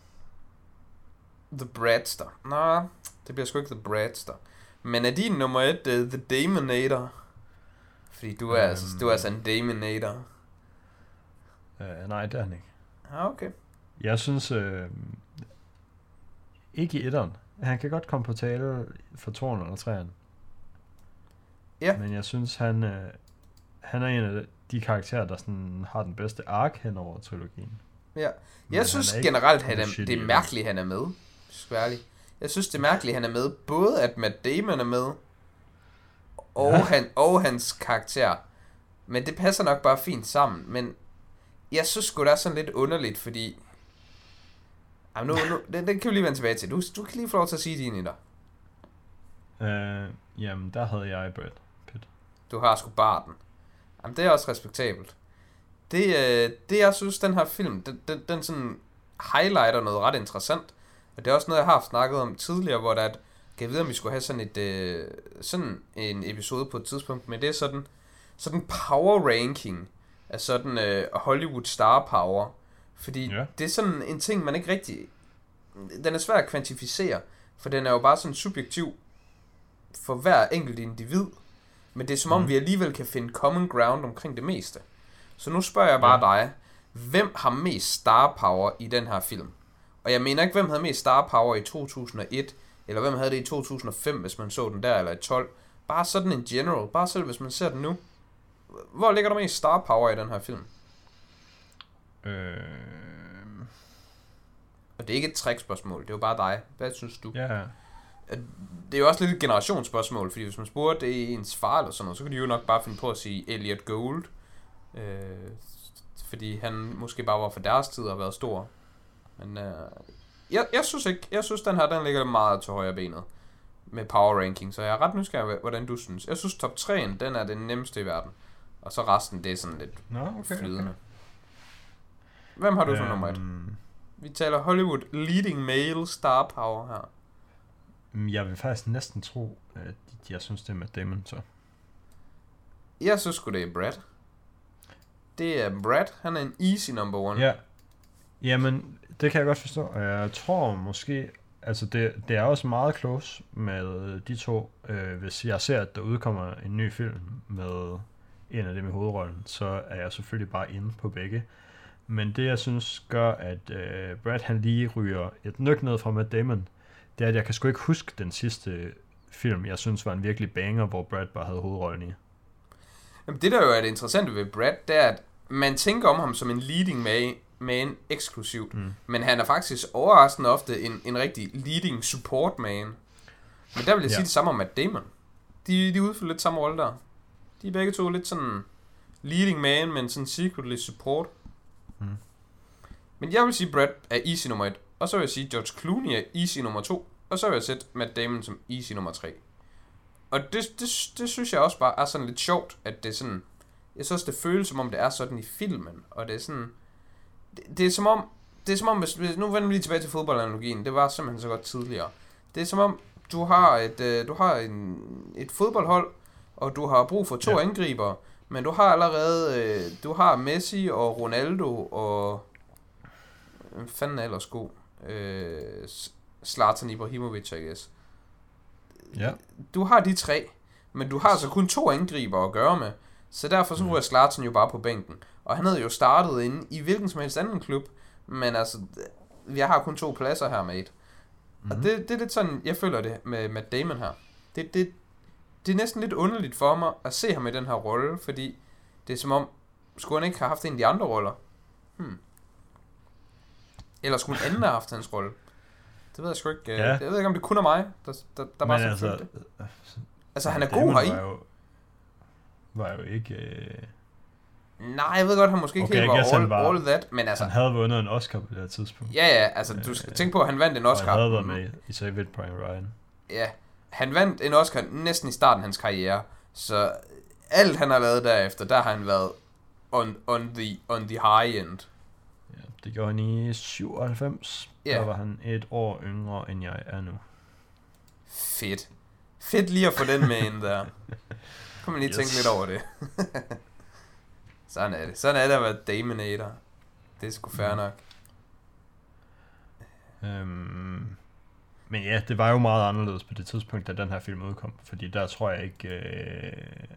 The Bradster. Nå, det bliver sgu ikke The Bradster. Men er din nummer et uh, The Damonator? Fordi du er, um, altså, du er altså en Damonator. Uh, nej, det er han ikke. Ah, okay. Jeg synes, øh, ikke i etteren. Han kan godt komme på tale for toeren eller treeren. Ja. Men jeg synes, han, øh, han er en af de karakterer, der sådan har den bedste ark hen over trilogien. Ja. Jeg Men synes generelt, han er, det er mærkeligt, han er med. Jeg Jeg synes, det er mærkeligt, han er med. Både at Matt Damon er med, og, ja. han, og hans karakter. Men det passer nok bare fint sammen. Men jeg synes sgu, det er sådan lidt underligt, fordi... Jamen nu, nu, den, den kan vi lige vende tilbage til. Du, du kan lige få lov til at sige din i dig. Uh, jamen, der havde jeg Brad Pitt. Du har sgu Barten. Jamen, det er også respektabelt. Det, øh, det jeg synes, den her film, den, den, den sådan highlighter noget ret interessant. Og det er også noget, jeg har snakket om tidligere, hvor der er, kan jeg vide, om vi skulle have sådan, et, øh, sådan en episode på et tidspunkt, men det er sådan, sådan power ranking af sådan øh, Hollywood star power. Fordi ja. Det er sådan en ting, man ikke rigtig... Den er svær at kvantificere, for den er jo bare sådan subjektiv for hver enkelt individ. Men det er som om, mm. vi alligevel kan finde common ground omkring det meste. Så nu spørger jeg bare ja. dig, hvem har mest star power i den her film? Og jeg mener ikke, hvem havde mest star power i to tusind og et, eller hvem havde det i to tusind og fem, hvis man så den der, eller i tolv. Bare sådan en general, bare selv hvis man ser den nu. hvor ligger der mest star power i den her film? Øh... Og det er ikke et trickspørgsmål, det er jo bare dig. Hvad synes du? Ja. Det er jo også lidt et generationsspørgsmål, fordi hvis man spurgte det er ens far eller sådan noget, så kan de jo nok bare finde på at sige Elliot Gould. Øh, fordi han måske bare var for deres tid og har været stor. Men øh, jeg, jeg synes ikke, jeg synes den her, den ligger meget til højre benet med power ranking, så jeg er ret nysgerrig, hvordan du synes. Jeg synes top tre'en, den er den nemmeste i verden. Og så resten, det er sådan lidt Nå, okay, flydende. okay. Hvem har du som øhm, nummer et? Vi taler Hollywood leading male star power her. Jeg vil faktisk næsten tro, at jeg synes, det er Matt Damon, så. Jeg synes sgu, det er Brad. Det er Brad. Han er en easy number one. Ja. Jamen, det kan jeg godt forstå. Og jeg tror måske, altså det, det er også meget close med de to. Øh, hvis jeg ser, at der udkommer en ny film med en af dem i hovedrollen, så er jeg selvfølgelig bare inde på begge. Men det, jeg synes gør, at øh, Brad han lige ryger et nyk ned fra Matt Damon, det er, at jeg kan sgu ikke huske den sidste film, jeg synes var en virkelig banger, hvor Brad bare havde hovedrollen i. Jamen, det der jo er det interessante ved Brad, det er, at man tænker om ham som en leading man, man eksklusivt, mm. men han er faktisk overraskende ofte en, en rigtig leading support man. Men der vil jeg ja. sige det samme om Matt Damon. De, de udfylder lidt samme rolle der. De er begge to lidt sådan leading man, men sådan secretly support. Mm. Men jeg vil sige, Brad er easy nummer et, og så vil jeg sige, George Clooney er easy nummer to, og så vil jeg sætte Matt Damon som easy nummer tre. Og det, det, det synes jeg også bare er sådan lidt sjovt, at det er sådan, jeg synes det føles som om det er sådan i filmen, og det er sådan, det, det er som om, det er som om, hvis, nu vender vi lige tilbage til fodboldanalogien, det var simpelthen så godt tidligere. Det er som om, du har et, du har en, et fodboldhold, og du har brug for to ja. angriber, men du har allerede, du har Messi og Ronaldo og, hvad fanden er ellers god? Øh, Zlatan Ibrahimovic, I guess. Ja. Du har de tre, men du har altså kun to angriber at gøre med, så derfor så ryger Zlatan jo bare på bænken. Og han havde jo startet inde i hvilken som helst anden klub, men altså, jeg har kun to pladser her, mate. Mm-hmm. Og det, det er lidt sådan, jeg føler det med Matt Damon her. Det, det, det er næsten lidt underligt for mig at se ham i den her rolle, fordi det er som om, skulle han ikke have haft en af de andre roller? Hmm. Eller skulle en anden have haft hans rolle? Det ved jeg sgu ikke. Ja. Jeg ved ikke, om det kun er mig, der, der, der bare så altså, følte det. Altså, han er god heri. Var jo, var jo ikke... Øh... Nej, jeg ved godt, han måske okay, ikke var all, var, all that, men altså... Han havde vundet en Oscar på det her tidspunkt. Ja, ja, altså, du skal øh, tænke på, at han vandt en Oscar. Og han havde været med i Saving Private Ryan. Ja, han vandt en Oscar næsten i starten af hans karriere, så alt han har lavet derefter, der har han været on, on, the, on the high end. Ja, det gjorde han i syvoghalvfems. Yeah. Der var han et år yngre, end jeg er nu. Fedt. Fedt lige at få den med ind der. Kan man lige yes. tænke lidt over det. Sådan er det. Sådan er det at være Damonator. Det er sgu fair nok. Øhm, men ja, det var jo meget anderledes på det tidspunkt, da den her film udkom. Fordi der tror jeg ikke... Øh,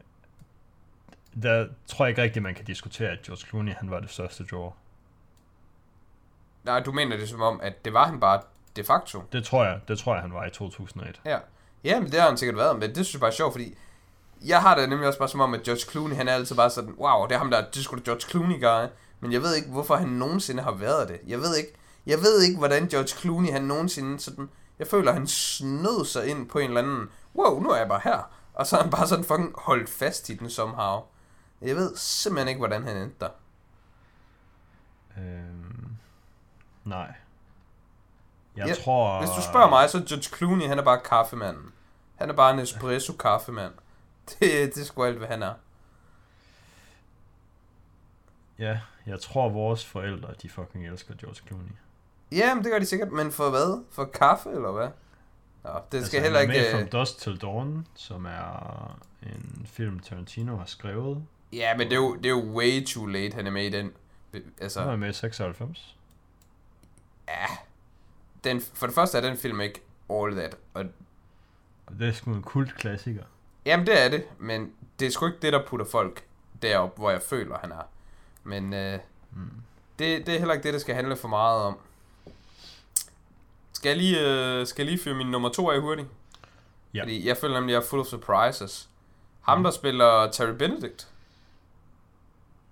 der tror jeg ikke rigtigt, man kan diskutere, at George Clooney, han var det største draw. Nej, du mener det som om, at det var han bare de facto? Det tror jeg, det tror jeg, han var i to tusind og et. Ja, ja, men det har han sikkert været, men det synes jeg bare er sjovt, fordi jeg har det nemlig også bare som om, at George Clooney, han er altid bare sådan, wow, det er ham der, det er sgu da George Clooney guy, men jeg ved ikke, hvorfor han nogensinde har været det. Jeg ved ikke, jeg ved ikke, hvordan George Clooney, han nogensinde sådan, jeg føler, han snød sig ind på en eller anden, wow, nu er jeg bare her, og så er han bare sådan fucking holdt fast i den somehow. Jeg ved simpelthen ikke, hvordan han endte der. Øhm, nej. Jeg ja, tror... Hvis du spørger mig, så George Clooney, han er bare kaffemanden. Han er bare en espresso-kaffemand. Det, det er sgu alt, hvad han er. Ja, jeg tror, vores forældre, de fucking elsker George Clooney. Ja, men det gør de sikkert, men for hvad? For kaffe, eller hvad? Nå, det skal altså, heller ikke... ikke... Han er med From Dusk Till Dawn, som er en film, Tarantino har skrevet. Ja, men det er jo, det er jo way too late, han er med i den. Altså... Han er med i seksoghalvfems. Ja... Den, for det første er den film ikke all that. Og det er sgu en kult klassiker. Jamen det er det, men det er sgu ikke det, der putter folk derop, hvor jeg føler, han er. Men øh, mm. det, det er heller ikke det, der skal handle for meget om. Skal jeg lige, øh, skal jeg lige fyre min nummer to af hurtigt? Ja. Fordi jeg føler nemlig, at jeg er full of surprises. Ham, mm. der spiller Terry Benedict.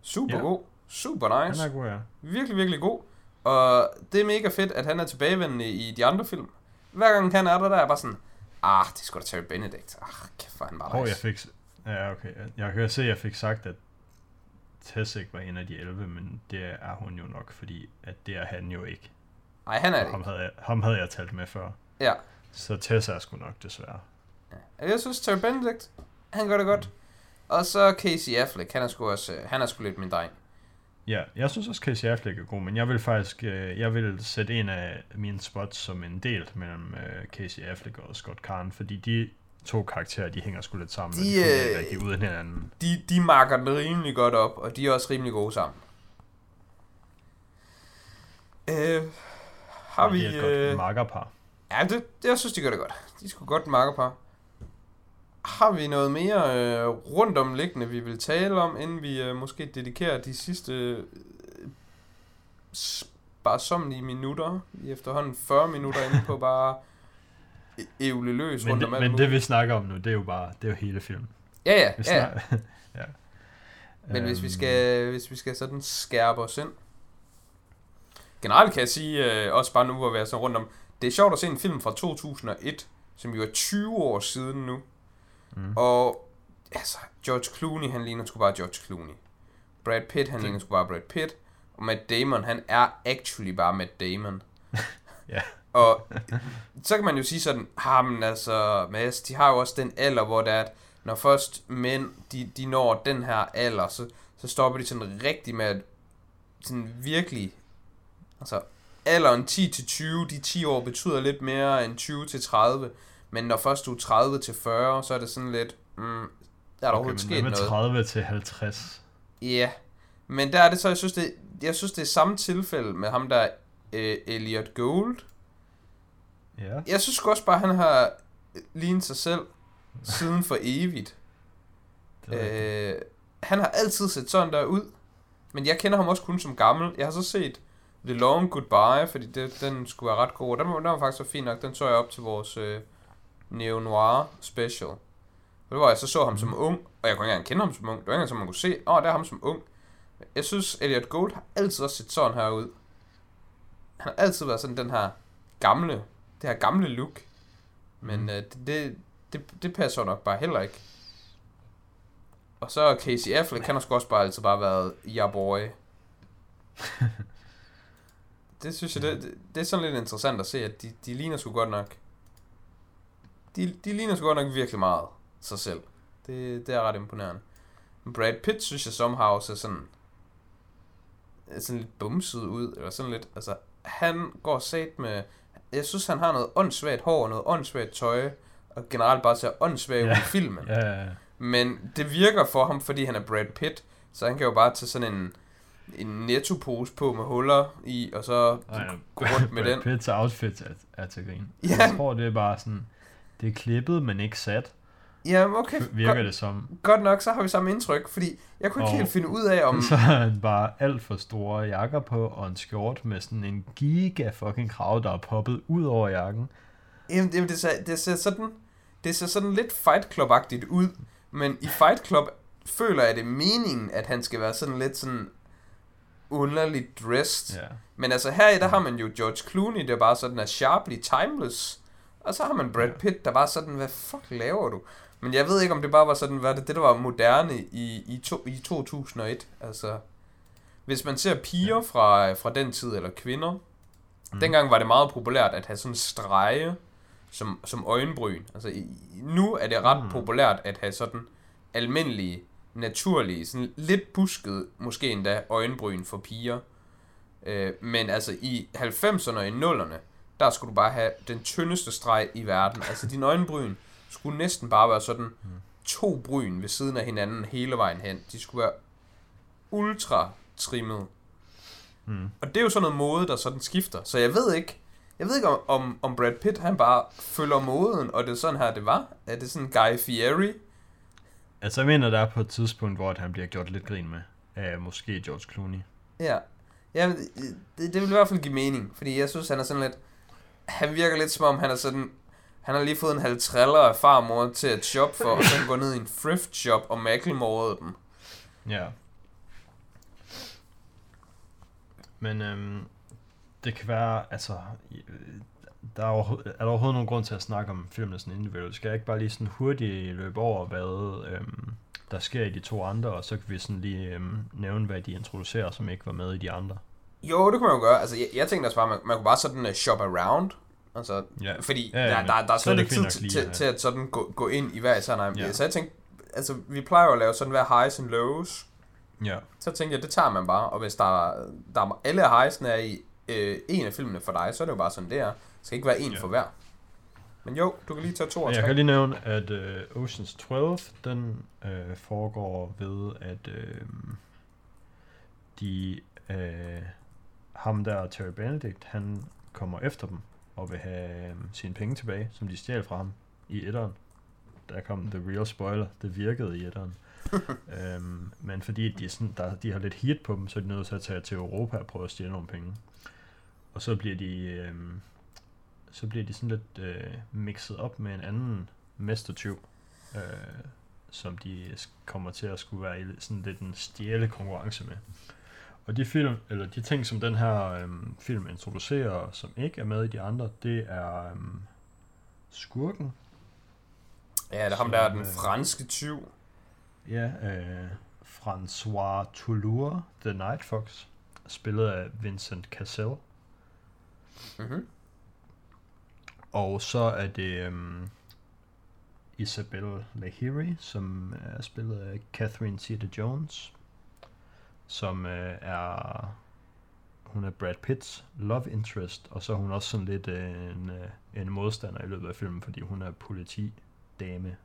Super ja. god. Super nice. Han er god, ja. Virkelig, virkelig god. Og det er mega fedt, at han er tilbagevendende i de andre film. Hver gang han er der, der er bare sådan, ah, det er sgu da Terry Benedict. Ah, kæft, hvor han bare nice. Hov, jeg fik... Ja, okay. Jeg kan se, at jeg fik sagt, at Tessek var en af de elleve, men det er hun jo nok, fordi at det er han jo ikke. Nej, han er det ham ikke. havde, jeg, ham havde jeg talt med før. Ja. Så Tessa er sgu nok, desværre. Ja. Jeg synes, Terry Benedict, han gør det godt. Mm. Og så Casey Affleck, han er sgu også, han er sgu lidt min dreng. Ja, jeg synes også, Casey Affleck er god, men jeg vil faktisk, jeg vil sætte en af mine spots som en del mellem Casey Affleck og Scott Caan, fordi de to karakterer, de hænger sgu lidt sammen, de, og de fungerer rigtig uden hinanden. De, de marker den rimelig godt op, og de er også rimelig gode sammen. Øh, har vi... Det er et godt markerpar. Ja, det, det, jeg synes, de gør det godt. De er sgu godt markerpar. Har vi noget mere øh, rundt om liggende, vi vil tale om, inden vi øh, måske dedikerer de sidste øh, sparsomlige minutter, i efterhånden fyrre minutter inde på bare ævle løs rundt det, om alt Men muligt. det vi snakker om nu, det er jo bare, det er jo hele filmen. Ja, ja, vi ja. snak- ja. Men um, hvis vi Øhm. skal, hvis vi skal sådan skærpe os ind. Generelt kan jeg sige, øh, også bare nu, hvor vi er sådan rundt om, det er sjovt at se en film fra to tusind og et, som jo er tyve år siden nu. Mm. Og altså, George Clooney, han ligner sgu bare George Clooney. Brad Pitt, han det. ligner sgu bare Brad Pitt. Og Matt Damon, han er actually bare Matt Damon. Ja. Og så kan man jo sige sådan, ah, men altså, Mads, de har jo også den alder, hvor det er, at når først mænd, de, de når den her alder, så, så stopper de sådan rigtig med at sådan virkelig, altså alderen ti til tyve, de ti år betyder lidt mere end tyve til tredive, men når først du er tredive til fyrre, så er det sådan lidt, mm, der er der okay, overhovedet sket noget. tredive til halvtreds. Ja, men der er det så, jeg synes det, jeg synes det er samme tilfælde med ham der, øh, Elliot Gould. Ja. Jeg synes også bare, han har lignet sig selv siden for evigt. øh, han har altid set sådan der ud, men jeg kender ham også kun som gammel. Jeg har så set The Long Goodbye, fordi det, den skulle være ret god. Den, den var faktisk så fin nok. Den så jeg op til vores øh, Neo-Noir special. Det var jeg så så ham mm. som ung, og jeg kunne ikke engang kende ham som ung. Det var ikke engang, som man kunne se, åh, oh, der er ham som ung. Jeg synes, Elliot Gould har altid også set sådan her ud. Han har altid været sådan den her gamle, det her gamle look. Men mm. øh, det, det, det, det passer nok bare heller ikke. Og så Casey Affleck, han har sgu også bare altid bare været ja boy. Det synes jeg, det, det, det er sådan lidt interessant at se, at de, de ligner sgu godt nok. De, de ligner sgu godt nok virkelig meget sig selv. Det, det er ret imponerende. Brad Pitt synes jeg somehow ser sådan, sådan lidt bumset ud, eller sådan lidt, altså, han går sat med, jeg synes han har noget åndssvagt hår, noget åndssvagt tøj, og generelt bare ser åndssvagt ud i filmen. Ja, ja, ja. Men det virker for ham, fordi han er Brad Pitt, så han kan jo bare tage sådan en, en nettopose på med huller i, og så Ej, gå rundt med Brad den. Pitts outfit er, er til grin. Ja. Jeg tror, det er bare sådan, det er klippet, men ikke sat. Ja, okay. Virker godt, det som. Godt nok, så har vi samme indtryk, fordi jeg kunne ikke og helt finde ud af, om... så har han bare alt for store jakker på, og en skjort med sådan en giga fucking krav, der er poppet ud over jakken. Jamen, det, det, ser, det ser sådan, det ser sådan lidt Fight Club-agtigt ud, men i Fight Club føler jeg det meningen, at han skal være sådan lidt sådan underligt dressed. Ja. Men altså her i, der har man jo George Clooney, der bare sådan er sharply timeless, og så har man Brad Pitt, der bare sådan, hvad fuck laver du? Men jeg ved ikke, om det bare var sådan, hvad det, det der var moderne i, i, to, i to tusind og et. Altså, hvis man ser piger fra, fra den tid, eller kvinder, mm. dengang var det meget populært at have sådan strege som, som øjenbryn. Altså, i, nu er det ret mm. populært at have sådan almindelige, naturlige, sådan lidt busket, måske endda øjenbryn for piger. Øh, men altså i halvfemserne og i nullerne, der skulle du bare have den tyndeste streg i verden. Altså dine øjenbryn skulle næsten bare være sådan to bryn ved siden af hinanden hele vejen hen. De skulle være ultra trimmet. Mm. Og det er jo sådan noget mode, der sådan skifter. Så jeg ved ikke, jeg ved ikke om, om, om Brad Pitt, han bare følger moden, og det er sådan her, det var. Er det sådan Guy Fieri? Altså jeg mener, der er på et tidspunkt, hvor han bliver gjort lidt grin med af måske George Clooney. Ja, ja det, det, det vil i hvert fald give mening, fordi jeg synes, han er sådan lidt, han virker lidt som om, han er sådan, han har lige fået en halv triller af farmor til at shoppe for, og så går ned i en thrift shop og macklemorede dem. Ja. Men øhm, det kan være, altså, der er, er der overhovedet nogen grund til at snakke om filmen sådan individuelt? Skal jeg ikke bare lige sådan hurtigt løbe over, hvad øhm, der sker i de to andre, og så kan vi sådan lige øhm, nævne, hvad de introducerer, som ikke var med i de andre? Jo, det kunne man jo gøre. Altså, jeg, jeg tænkte også bare, man, man kunne bare sådan uh, shop around. Altså, ja. Fordi ja, ja, der, der, der er slet ikke tid til, til, til at sådan gå, gå ind i hver sådan. Ja. Så jeg tænkte, altså, vi plejer jo at lave sådan hver highs and lows. Ja. Så tænkte jeg, det tager man bare. Og hvis der, der er alle highsene er i øh, en af filmene for dig, så er det jo bare sådan, det er. Det skal ikke være en ja. for hver. Men jo, du kan lige tage to og tre. Jeg kan lige nævne, at uh, Ocean's tolv, den uh, foregår ved, at uh, de, uh, ham der, Terry Benedict, han kommer efter dem og vil have um, sine penge tilbage, som de stjal fra ham i etteren. Der kom the real spoiler, det virkede i etteren. um, men fordi de, sådan, der, de har lidt heat på dem, så er de nødt til at tage til Europa og prøve at stjæle nogle penge. Og så bliver de... Um, så bliver de sådan lidt øh, mixet op med en anden mestertyv, øh, som de kommer til at skulle være i sådan lidt en stjæle konkurrence med. Og de film, eller de ting, som den her øh, film introducerer, som ikke er med i de andre, det er øh, skurken. Ja, det er ham, der er den øh, franske tyv. Ja, øh, François Toulour, The Night Fox, spillet af Vincent Cassel. Mhm. Og så er det um, Isabelle Lahiri, som er spillet af Catherine Zeta-Jones, som uh, er hun er Brad Pitts love interest, og så er hun også sådan lidt uh, en, uh, en modstander i løbet af filmen, fordi hun er politidame.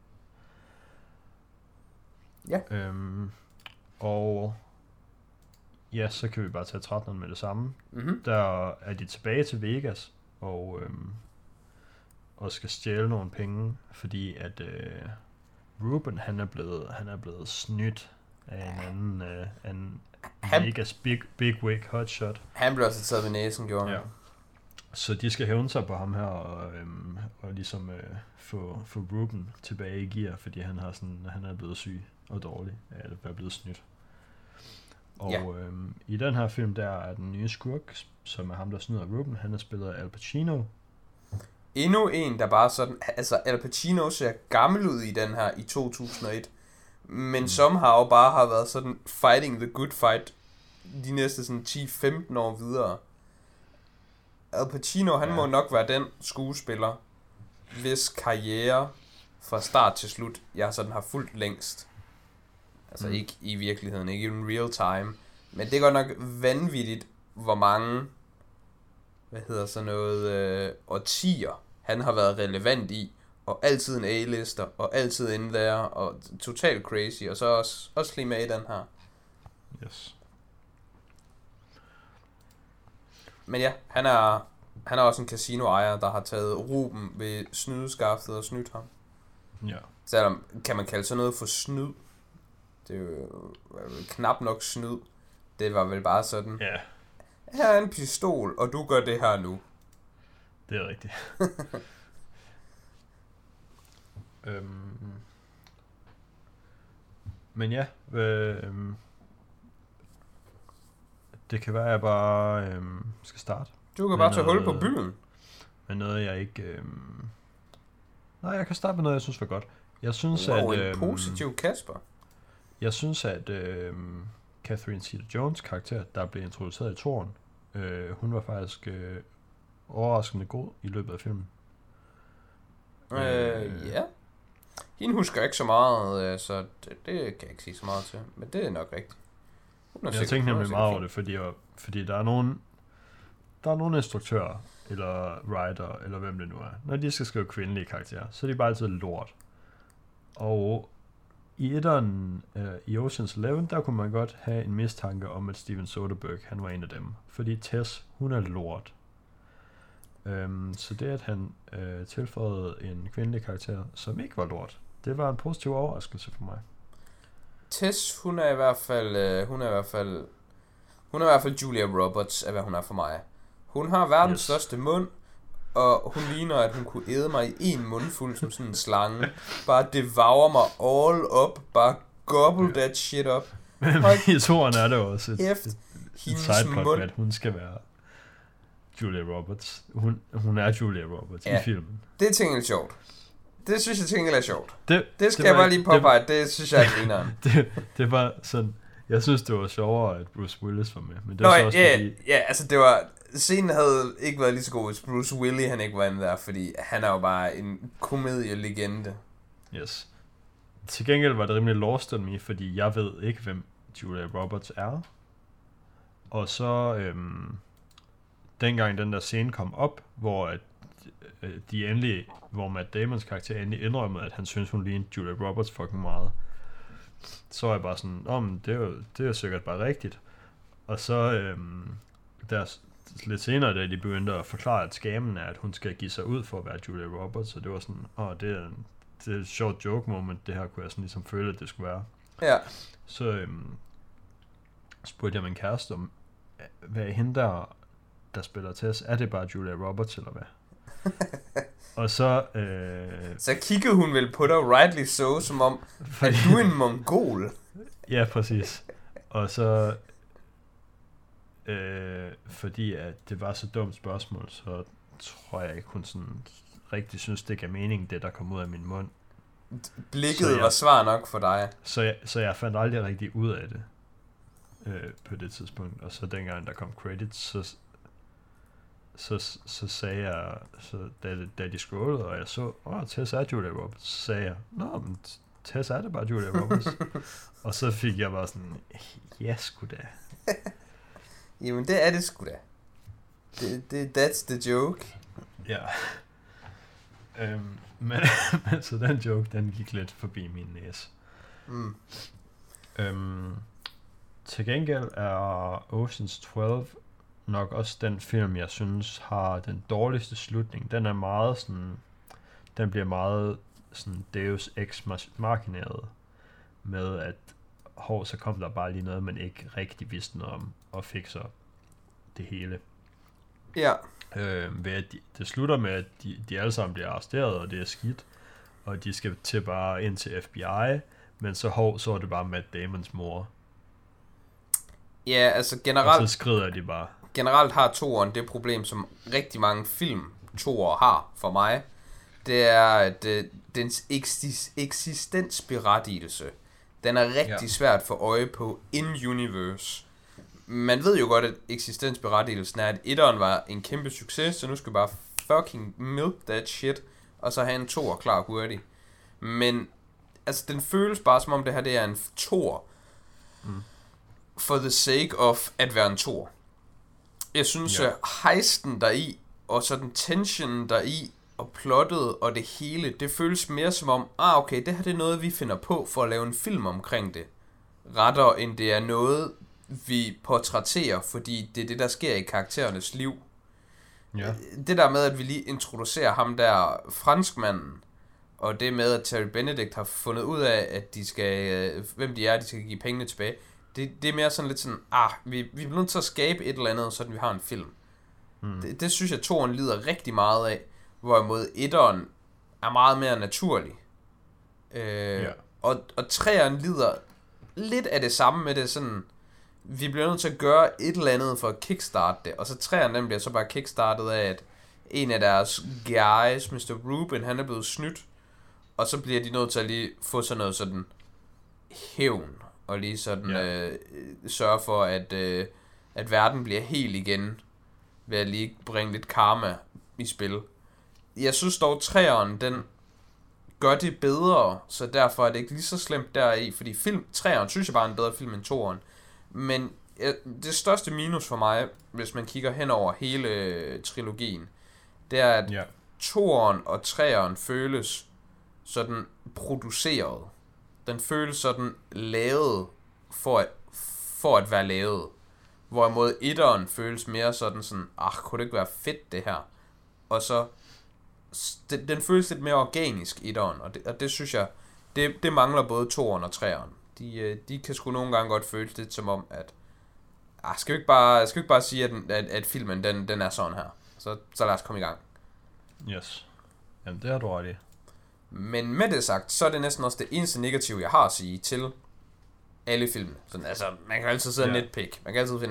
Ja. Um, og ja, så kan vi bare tage tretteneren med det samme. Mm-hmm. Der er de tilbage til Vegas, og um, og skal stjæle nogle penge, fordi at øh, Ruben, han er blevet han er blevet snydt af en anden øh, en han, Vegas big big wig hotshot. Han blev også taget ved næsen, gjorde ja. Så de skal hævne sig på ham her og øhm, og ligesom øh, få få Ruben tilbage i gear, fordi han har sådan han er blevet syg og dårlig, eller er blevet snydt. Og ja. øhm, i den her film der er den nye skurk, som er ham der snyder Ruben, han er spillet af Al Pacino. Endnu en, der bare sådan... Altså, Al Pacino ser gammel ud i den her i to tusind og et. Men mm. somehow bare har været sådan fighting the good fight de næste sådan ti femten år videre. Al Pacino, han ja. må nok være den skuespiller, hvis karriere fra start til slut, jeg sådan har fulgt længst. Altså mm. ikke i virkeligheden, ikke i real time. Men det er godt nok vanvittigt, hvor mange... hvad hedder sådan noget, øh, årtier, han har været relevant i, og altid en A-lister, og altid inde der, og totalt crazy, og så også, også lige med i den her. Yes. Men ja, han er, han er også en casino-ejer, der har taget Ruben ved snydeskaftet og snydt ham. Ja. Selvom, kan man kalde sådan noget for snyd? Det er jo knap nok snyd. Det var vel bare sådan... Ja. Her er en pistol, og du gør det her nu. Det er rigtigt. øhm. Men ja, øh, det kan være, at jeg bare øh, skal starte. Du kan bare tage hul på byen. Men noget, jeg ikke... Øh, nej, jeg kan starte med noget, jeg synes var godt. Jeg synes, wow, at... en Øh, positiv Kasper. Jeg synes, at øh, Catherine Zeta-Jones karakter, der blev introduceret i toren, øh, hun var faktisk øh, overraskende god i løbet af filmen. Øh, øh ja. Hende husker ikke så meget, øh, så det, det kan jeg ikke sige så meget til. Men det er nok rigtigt. Jeg tænkte nemlig meget over det, fordi, jeg, fordi der er nogen, der er nogle instruktører, eller writer, eller hvem det nu er. Når de skal skrive kvindelige karakterer, så er de bare altid lort. Og i etteren, øh, i Ocean's elleve, der kunne man godt have en mistanke om, at Steven Soderbergh, han var en af dem. Fordi Tess, hun er lort. Um, så det, at han øh, tilføjede en kvindelig karakter, som ikke var lort, det var en positiv overraskelse for mig. Tess, hun er i hvert fald, øh, hun er i hvert fald, hun er i hvert fald Julia Roberts, af hvad hun er for mig. Hun har verdens yes. største mund, og hun ligner, at hun kunne æde mig i en mundfuld som sådan en slange. Bare devour mig all up, bare gobble that shit up. Men i toren er det også et, Efter, et sideplot, at hun skal være Julia Roberts. Hun, hun er Julia Roberts ja, i filmen. Det er tænkt sjovt. Det synes jeg tænkt er sjovt. Det, det skal det var, jeg bare lige påpege, det, det synes jeg er grineren. det, det var sådan, jeg synes det var sjovere, at Bruce Willis var med. Men det Nå, var så også ja, fordi... ja, altså det var, scenen havde ikke været lige så god, hvis Bruce Willis han ikke var inde der, fordi han er jo bare en komedielegende. Yes. Til gengæld var det rimelig lost on me, fordi jeg ved ikke, hvem Julia Roberts er. Og så, øhm, dengang den der scene kom op, hvor at de endelig, hvor Matt Damons karakter endelig indrømmede, at han synes hun lignede Julia Roberts fucking meget, så var jeg bare sådan, åh, oh, det er jo det er sikkert bare rigtigt. Og så øhm, der lidt senere, da de begyndte at forklare, at skammen er, at hun skal give sig ud for at være Julia Roberts, så det var sådan, åh, oh, det er det er et sjovt joke moment, det her kunne jeg sådan ligesom føle, at det skulle være. Ja. Så øhm, spurgte jeg min kæreste om, hvad er hende der, der spiller Tess? Er det bare Julia Roberts, eller hvad? Og så... Øh, så kiggede hun vel på dig, rightly so, som om, fordi, at du er en mongol. Ja, præcis. Og så... Øh, fordi at det var så dumt spørgsmål, så tror jeg ikke, hun sådan rigtig synes, det gav mening, det der kom ud af min mund. Blikket jeg, var svar nok for dig. Så jeg, så jeg fandt aldrig rigtig ud af det øh, på det tidspunkt. Og så dengang der kom credits, så, så, så sagde jeg, så, da, da de scrollede, og jeg så, åh, oh, Tess er Julia Roberts, så sagde jeg, nå, men Tess er det bare Julia Roberts. Og så fik jeg bare sådan, ja, sgu da. Jamen, det er det sgu da. Det, det, that's the joke. Ja. Øhm, men, men så den joke, den gik lidt forbi min næse. Mm. Øhm, til gengæld er Ocean's twelve nok også den film, jeg synes har den dårligste slutning. Den er meget sådan, den bliver meget sådan Deus Ex Machineret med, at hov, så kom der bare lige noget, man ikke rigtig vidste noget om, og fik så det hele. Ja. Øh, ved at de, det slutter med, at de, de alle sammen bliver arresteret, og det er skidt, og de skal til bare ind til F B I, men så hov, så er det bare Matt Damons mor. Ja, altså generelt... Og så skrider de bare. Generelt har toeren det problem, som rigtig mange film toer har for mig. Det er, at uh, dens eksist- eksistensberettigelse, den er rigtig ja. svært for øje på in-universe. Man ved jo godt, at eksistensberettigelsen er, at etteren var en kæmpe succes, så nu skal vi bare fucking milk that shit, og så have en toer klar hurtigt. Men altså, den føles bare som om det her det er en toer, mm. for the sake of at være en toer. Jeg synes, ja. at hejsten deri, og sådan tensionen deri, og plottet og det hele, det føles mere som om, ah okay, det her det er noget, vi finder på for at lave en film omkring det. Rettere end det er noget, vi portrætterer, fordi det er det, der sker i karakterernes liv. Ja. Det der med, at vi lige introducerer ham der, franskmanden, og det med, at Terry Benedict har fundet ud af, at de skal, hvem de er, de skal give pengene tilbage, det, det er mere sådan lidt sådan, ah, vi, vi bliver nødt til at skabe et eller andet, sådan vi har en film. Mm. Det, det synes jeg, toeren lider rigtig meget af, hvorimod etteren er meget mere naturlig. Øh, yeah. og, og treeren lider lidt af det samme med det sådan, vi bliver nødt til at gøre et eller andet for at kickstarte det, og så treeren den bliver så bare kickstartet af, at en af deres guys, mister Rubin, han er blevet snydt, og så bliver de nødt til at lige få sådan noget sådan hævn, og lige sådan yeah. øh, sørge for, at, øh, at verden bliver hel igen, ved at lige bringe lidt karma i spil. Jeg synes dog, treeren, den gør det bedre, så derfor er det ikke lige så slemt deri, fordi film, treeren synes jeg bare er en bedre film end toeren. Men det største minus for mig, hvis man kigger hen over hele trilogien, det er, at yeah. toeren og treeren føles sådan produceret. Den føles sådan lavet for at, for at være lavet. Hvorimod etteren føles mere sådan sådan, ah, kunne det ikke være fedt det her? Og så, den, den føles lidt mere organisk etteren, og det, og det synes jeg, det, det mangler både toeren og treeren. De, de kan sgu nogle gange godt føles lidt som om, at, ah, skal vi ikke bare, skal vi ikke bare sige, at, at, at filmen, den, den er sådan her? Så, så lad os komme i gang. Yes. Jamen, det har du ret i. Men med det sagt, så er det næsten også det eneste negative, jeg har at sige til alle filmene. Sådan, altså, man kan altid sidde og yeah. netpick, man kan altid finde noget.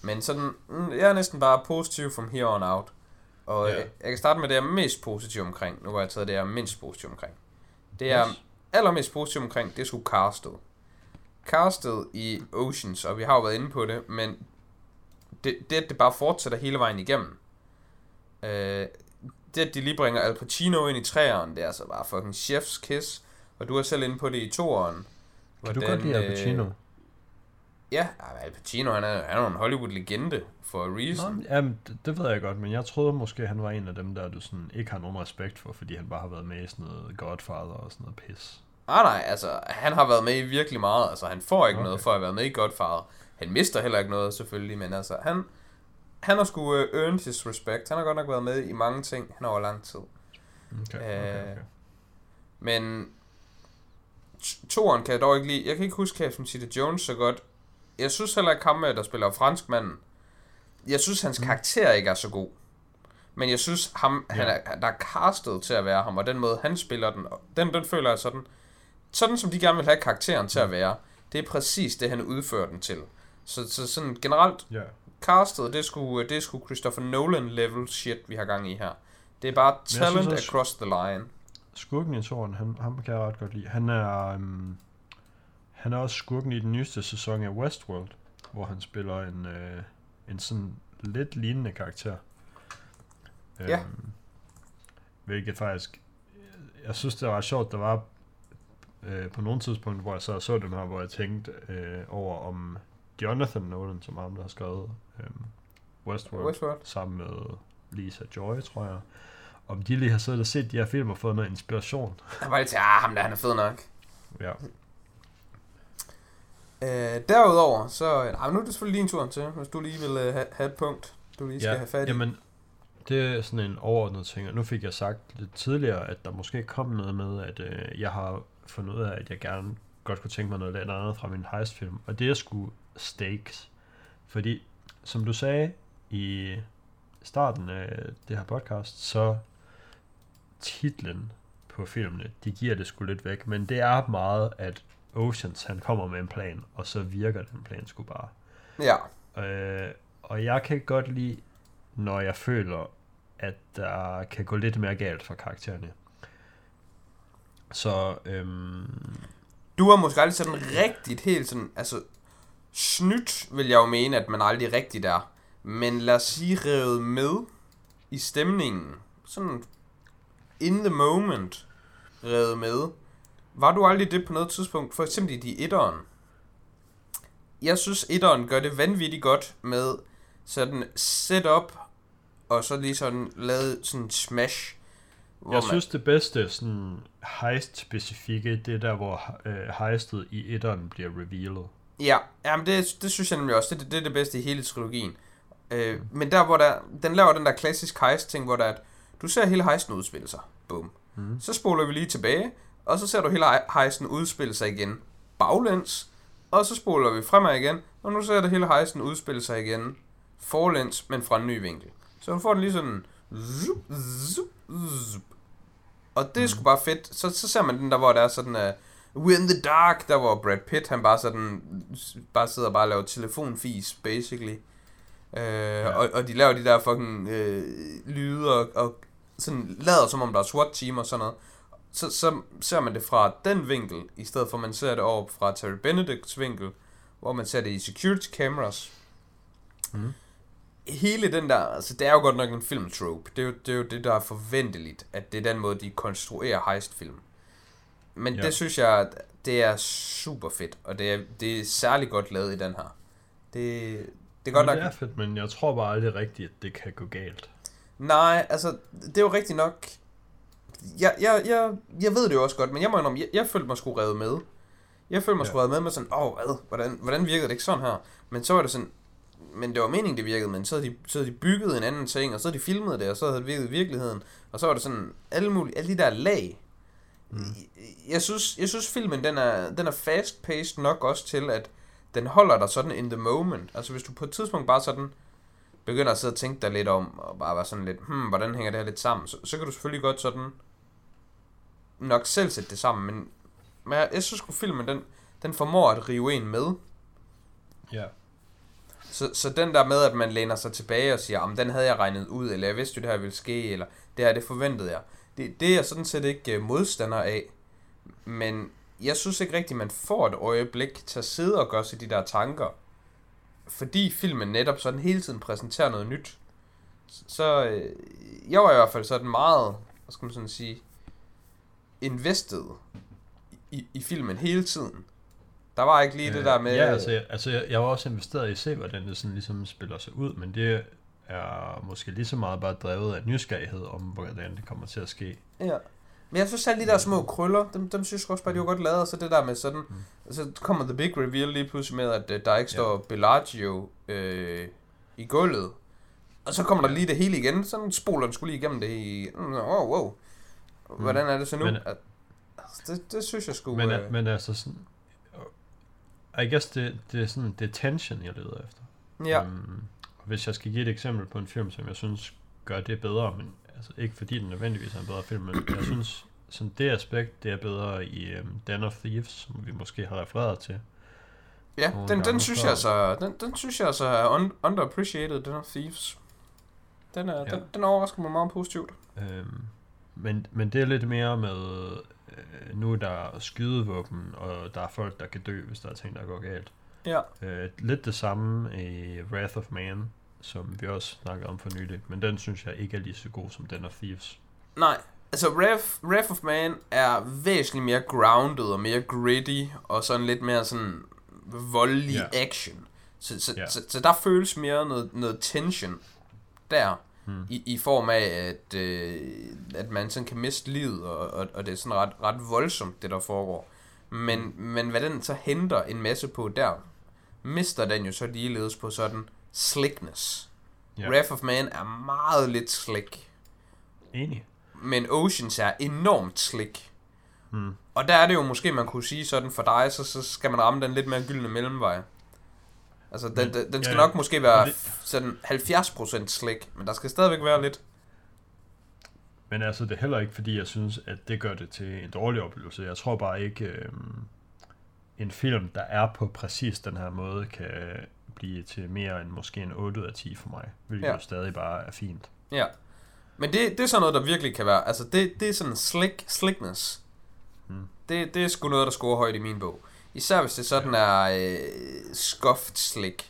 Men sådan, jeg er næsten bare positiv from here on out. Og yeah. jeg, jeg kan starte med det, jeg er mest positiv omkring. Nu har jeg taget det, jeg er mindst positiv omkring. Det jeg yes. er allermest positiv omkring, det er sgu castet. Castet i Oceans, og vi har jo været inde på det, men det, det, det bare fortsætter hele vejen igennem. Øh, det, at de lige bringer Al Pacino ind i træeren, det er altså bare fucking chef's kiss. Og du er selv inde på det i toeren. Kan du godt lide Al Pacino? Øh, ja, Al Pacino, han er, han er jo en Hollywood-legende for a reason. Nå, jamen, det, det ved jeg godt, men jeg troede måske, han var en af dem, der du sådan ikke har nogen respekt for, fordi han bare har været med i sådan noget Godfather og sådan noget pis. Ah nej, altså, han har været med i virkelig meget. Altså, han får ikke okay. noget for at være med i Godfather. Han mister heller ikke noget, selvfølgelig, men altså, han, han har sgu uh, earned his respect. Han har godt nok været med i mange ting, han over lang tid. Okay, okay, okay. Men toeren kan jeg dog ikke lide. Jeg kan ikke huske Catherine Zeta-Jones så godt. Jeg synes heller ikke ham, der spiller franskmanden. Jeg synes, hans mm. karakter ikke er så god. Men jeg synes, ham, ja. han er, der er castet til at være ham, og den måde, han spiller den, den, den føler jeg sådan, sådan som de gerne vil have karakteren til at være, det er præcis det, han udfører den til. Så, så sådan generelt, yeah. castet, det er, sgu, det er sgu Christopher Nolan-level shit, vi har gang i her. Det er bare talent også, across the line. Skurken i toren, han, ham kan jeg ret godt lide. Han er, um, han er også skurken i den nyeste sæson af Westworld, hvor han spiller en, uh, en sådan lidt lignende karakter. Ja. Um, hvilket faktisk, jeg synes det var sjovt, der var øh, på nogle tidspunkt, hvor jeg så så den her, hvor jeg tænkte øh, over om Jonathan Nolan, som ham der har skrevet øh, Westworld, Westworld, sammen med Lisa Joy, tror jeg, om de lige har siddet og set de her film og fået noget inspiration. Jeg var lige til, ah, ham der, han er fed nok. Ja. Øh, derudover, så, nej, nu er det selvfølgelig din tur til, hvis du lige vil uh, have, have et punkt, du lige skal ja, have fat i. Jamen, det er sådan en overordnet ting, og nu fik jeg sagt lidt tidligere, at der måske kom noget med, at øh, jeg har fundet ud af, at jeg gerne godt kunne tænke mig noget lidt andet fra min heistfilm, og det er sgu stakes. Fordi, som du sagde i starten af det her podcast, så titlen på filmene, de giver det sgu lidt væk, men det er meget, at Oceans, han kommer med en plan, og så virker den plan sgu bare. Ja. Øh, og jeg kan godt lide, når jeg føler, at der kan gå lidt mere galt for karaktererne. Så, øhm... Du har måske aldrig sådan rigtigt helt sådan, altså, snydt vil jeg jo mene, at man aldrig rigtigt er. Men lad os sige revet med i stemningen. Sådan, in the moment, revet med. Var du aldrig det på noget tidspunkt, for eksempel i de etteren? Jeg synes, etteren gør det vanvittigt godt med sådan setup, og så lige sådan lavet sådan smash. Jeg man... synes det bedste sådan heist-specifikke, det er der, hvor øh, heistet i etteren bliver revealet. Ja, jamen det, det synes jeg nemlig også, det, det er det bedste i hele trilogien. Øh, mm. Men der, hvor der, den laver den der klassisk heist-ting, hvor der er, at du ser hele heisten udspille sig. Boom. Mm. Så spoler vi lige tilbage, og så ser du hele heisten udspille sig igen. Baglæns. Og så spoler vi fremad igen, og nu ser du hele heisten udspille sig igen. Forlæns, men fra en ny vinkel. Så du får den lige sådan... Zup, zup, zup. Og det er sgu bare fedt. Så, så ser man den der, hvor der er sådan... Uh, We're in the dark, der hvor Brad Pitt, han bare sådan... Bare sidder og bare laver telefonfis, basically. Uh, ja. og, og de laver de der fucking uh, lyde, og, og sådan lader som om der er SWAT-team og sådan noget. Så, så ser man det fra den vinkel, i stedet for at man ser det over fra Terry Benedicts vinkel, hvor man ser det i security cameras. Mm. Hele den der, altså det er jo godt nok en filmtrope. Det er jo det, er jo det der er forventeligt, at det er den måde, de konstruerer heistfilm. Men ja. Det synes jeg, det er super fedt, og det er, det er særlig godt lavet i den her. Det, det er godt nok... Det er fedt, men jeg tror bare aldrig rigtigt, at det kan gå galt. Nej, altså, det er jo rigtigt nok... Jeg, jeg, jeg, jeg ved det jo også godt, men jeg må indrømme, jeg, jeg følte mig sgu revet med. Jeg følte mig ja. sgu revet med med sådan, åh, oh, hvad? Hvordan, hvordan virkede det ikke sådan her? Men så var det sådan, men det var meningen, det virkede, men så havde de, så havde de bygget en anden ting, og så havde de filmet det, og så havde det virket i virkeligheden, og så var det sådan, alle mulige, alle de der lag. Mm. Jeg synes, jeg synes filmen, den er, den er fast-paced nok også til, at den holder dig sådan in the moment. Altså hvis du på et tidspunkt bare sådan begynder at sidde og tænke dig lidt om, og bare være sådan lidt, hmm, hvordan hænger det her lidt sammen, så, så kan du selvfølgelig godt sådan nok selv sætte det sammen, men, men jeg synes sgu filmen, den, den formår at rive en med. Ja. Så, så den der med, at man læner sig tilbage og siger, om den havde jeg regnet ud, eller jeg vidste jo, det her ville ske, eller det her, det forventede jeg. Det, det er jeg sådan set ikke modstander af. Men jeg synes ikke rigtigt, man får et øjeblik til at sidde og gøre sig de der tanker. Fordi filmen netop sådan hele tiden præsenterer noget nyt. Så øh, jeg var i hvert fald sådan meget, hvad skal man sådan sige, invested i, i filmen hele tiden. Der var ikke lige øh, det der med... Ja, altså, jeg, altså jeg, jeg var også investeret i at se, hvordan det sådan ligesom spiller sig ud, men det er måske lige så meget bare drevet af nysgerrighed om, hvordan det kommer til at ske. Ja, men jeg synes selv de der små krøller, dem, dem synes jeg også bare, de var godt lavet, og så det der med sådan... Mm. Så kommer The Big Reveal lige pludselig med, at uh, der ikke står ja. Bellagio øh, i gulvet. Og så kommer der lige det hele igen, sådan spoler den skulle lige igennem det i... Wow, wow. Hvordan er det så nu? Men, at, det, det synes jeg sgu... Men, øh, men altså sådan... I guess det, det er sådan, det er tension, jeg leder efter. Ja. Um, hvis jeg skal give et eksempel på en film, som jeg synes gør det bedre, men altså ikke fordi den nødvendigvis er en bedre film, men jeg synes, sådan det aspekt, det er bedre i um, Den of Thieves, som vi måske har refereret til. Ja, den, den, synes jeg så, den, den synes jeg så er un, underappreciated, Den of Thieves. Den, er, ja. den, den overrasker mig meget positivt. Um, men, men det er lidt mere med... Nu er der skydevåben, og der er folk, der kan dø, hvis der er ting, der går galt. Ja. Øh, lidt det samme i Wrath of Man, som vi også snakkede om for nylig, men den synes jeg ikke er lige så god som Den of Thieves. Nej, altså Wrath, Wrath of Man er væsentligt mere grounded og mere gritty, og sådan lidt mere sådan voldelig yeah. action. Så, så, yeah. så, så der føles mere noget, noget tension der. Hmm. I, I form af, at, øh, at man sådan kan miste livet, og, og, og det er sådan ret, ret voldsomt, det der foregår. Men, men hvad den så henter en masse på der, mister den jo så ligeledes på sådan slickness. Yeah. Wrath of Man er meget lidt slick. Enig. Men Oceans er enormt slick. Hmm. Og der er det jo måske, man kunne sige sådan, for dig, så, så skal man ramme den lidt mere gyldne mellemvej. Altså, den, men, den, den skal ja, nok måske være det, sådan halvfjerds procent slik, men der skal stadigvæk være lidt. Men altså, det er heller ikke, fordi jeg synes, at det gør det til en dårlig oplevelse. Jeg tror bare ikke, øh, en film, der er på præcis den her måde, kan blive til mere end måske en otte ud af ti for mig. Hvilket ja. jo stadig bare er fint. Ja, men det, det er sådan noget, der virkelig kan være. Altså, det, det er sådan slick, slickness. Hmm. Det, det er sgu noget, der scorer højt i min bog. Især hvis det sådan ja. er øh, scuffed slick.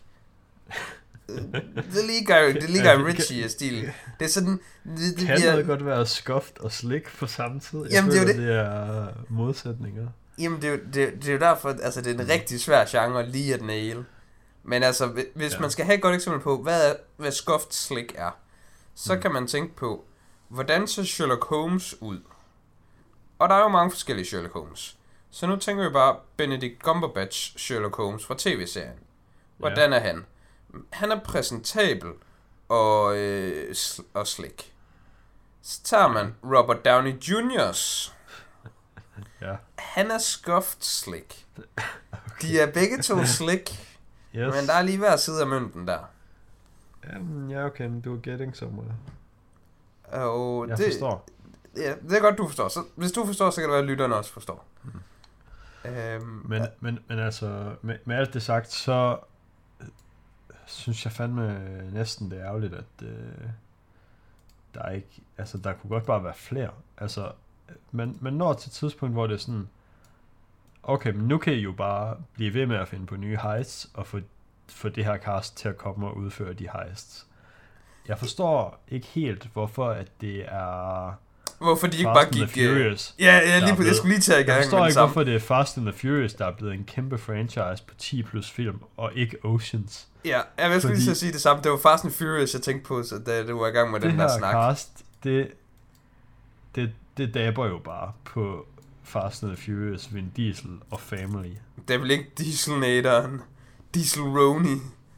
Det ligger det ligger i Ritchie-stil. Det er sådan... Det, det kan bliver... noget godt være scuffed og slick på samme tid? Jeg Jamen, føler, det er det. det er modsætninger. Jamen, det er, jo, det, det er jo derfor, altså det er en rigtig svær genre lige at nail. Men altså, hvis ja. man skal have et godt eksempel på, hvad, er, hvad scuffed slick er, så mm. kan man tænke på, hvordan ser Sherlock Holmes ud? Og der er jo mange forskellige Sherlock Holmes. Så nu tænker vi bare Benedict Cumberbatch Sherlock Holmes fra tv-serien. Hvordan ja. er han? Han er præsentabel og, øh, sl- og slick. Så tager man Robert Downey juniors Ja. Han er scuffed slick. Okay. De er begge to slick, yes. men der er lige hver side af mønten der. Um, ja, okay, men du er getting somewhere. Og jeg det, forstår. Ja, det er godt, du forstår. Så, hvis du forstår, så kan det være, at lytterne også forstår. Hmm. Øhm, men, men, men altså, med, med alt det sagt, så synes jeg fandme næsten det er ærgerligt, at øh, der er ikke, altså der kunne godt bare være flere. Altså, men, men når til et tidspunkt, hvor det er sådan, okay, men nu kan I jo bare blive ved med at finde på nye heists, og få, få det her cast til at komme og udføre de heists. Jeg forstår ikke helt, hvorfor at det er... Hvorfor de ikke bare gik... Furious, ja, ja, lige på det. Jeg skulle lige tage i gang. Jeg forstår ikke, sammen. hvorfor det er Fast and the Furious, der er blevet en kæmpe franchise på ti plus film, og ikke Oceans. Ja, jeg vil skulle lige sige det samme. Det var Fast and Furious, jeg tænkte på, så da du var i gang med den der snak. Det her cast, det, det, det daber jo bare på Fast and the Furious, Vin Diesel og Family. Det er vel ikke Dieselnatoren. Dieselroni.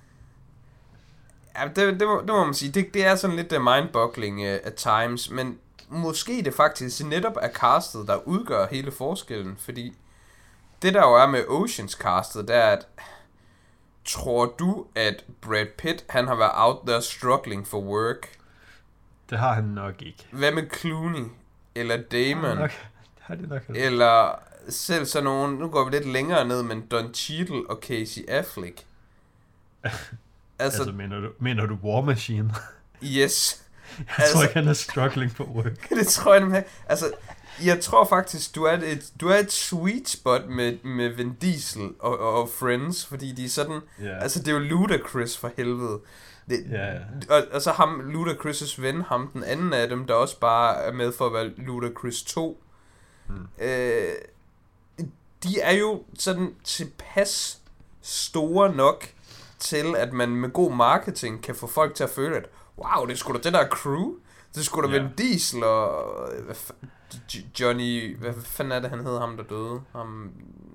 Ja, det, det, må, det må man sige. Det, det er sådan lidt mindboggling uh, at times, men måske det faktisk netop er castet, der udgør hele forskellen, fordi det der jo er med Oceans castet, det er, at tror du, at Brad Pitt, han har været out there struggling for work? Det har han nok ikke. Hvad med Clooney? Eller Damon? Det har det nok. Eller selv sådan nogen, nu går vi lidt længere ned, men Don Cheadle og Casey Affleck. Altså, altså mener, du, mener du War Machine? Yes. Jeg altså, tror ikke, han er struggling på work. Det tror jeg nemlig. Altså, jeg tror faktisk, du er et, du er et sweet spot med, med Vin Diesel og, og, og Friends, fordi de er sådan... Yeah. Altså, det er jo Ludacris for helvede. Det, yeah. og, og så ham, Ludacris' ven, ham den anden af dem, der også bare er med for at være Ludacris to. Hmm. Øh, de er jo sådan tilpas store nok til, at man med god marketing kan få folk til at føle, at wow, det er sgu da det der crew. Det er sgu da yeah. Vin Diesel og Johnny... Hvad fanden er det, han hedder, ham der døde? Ham...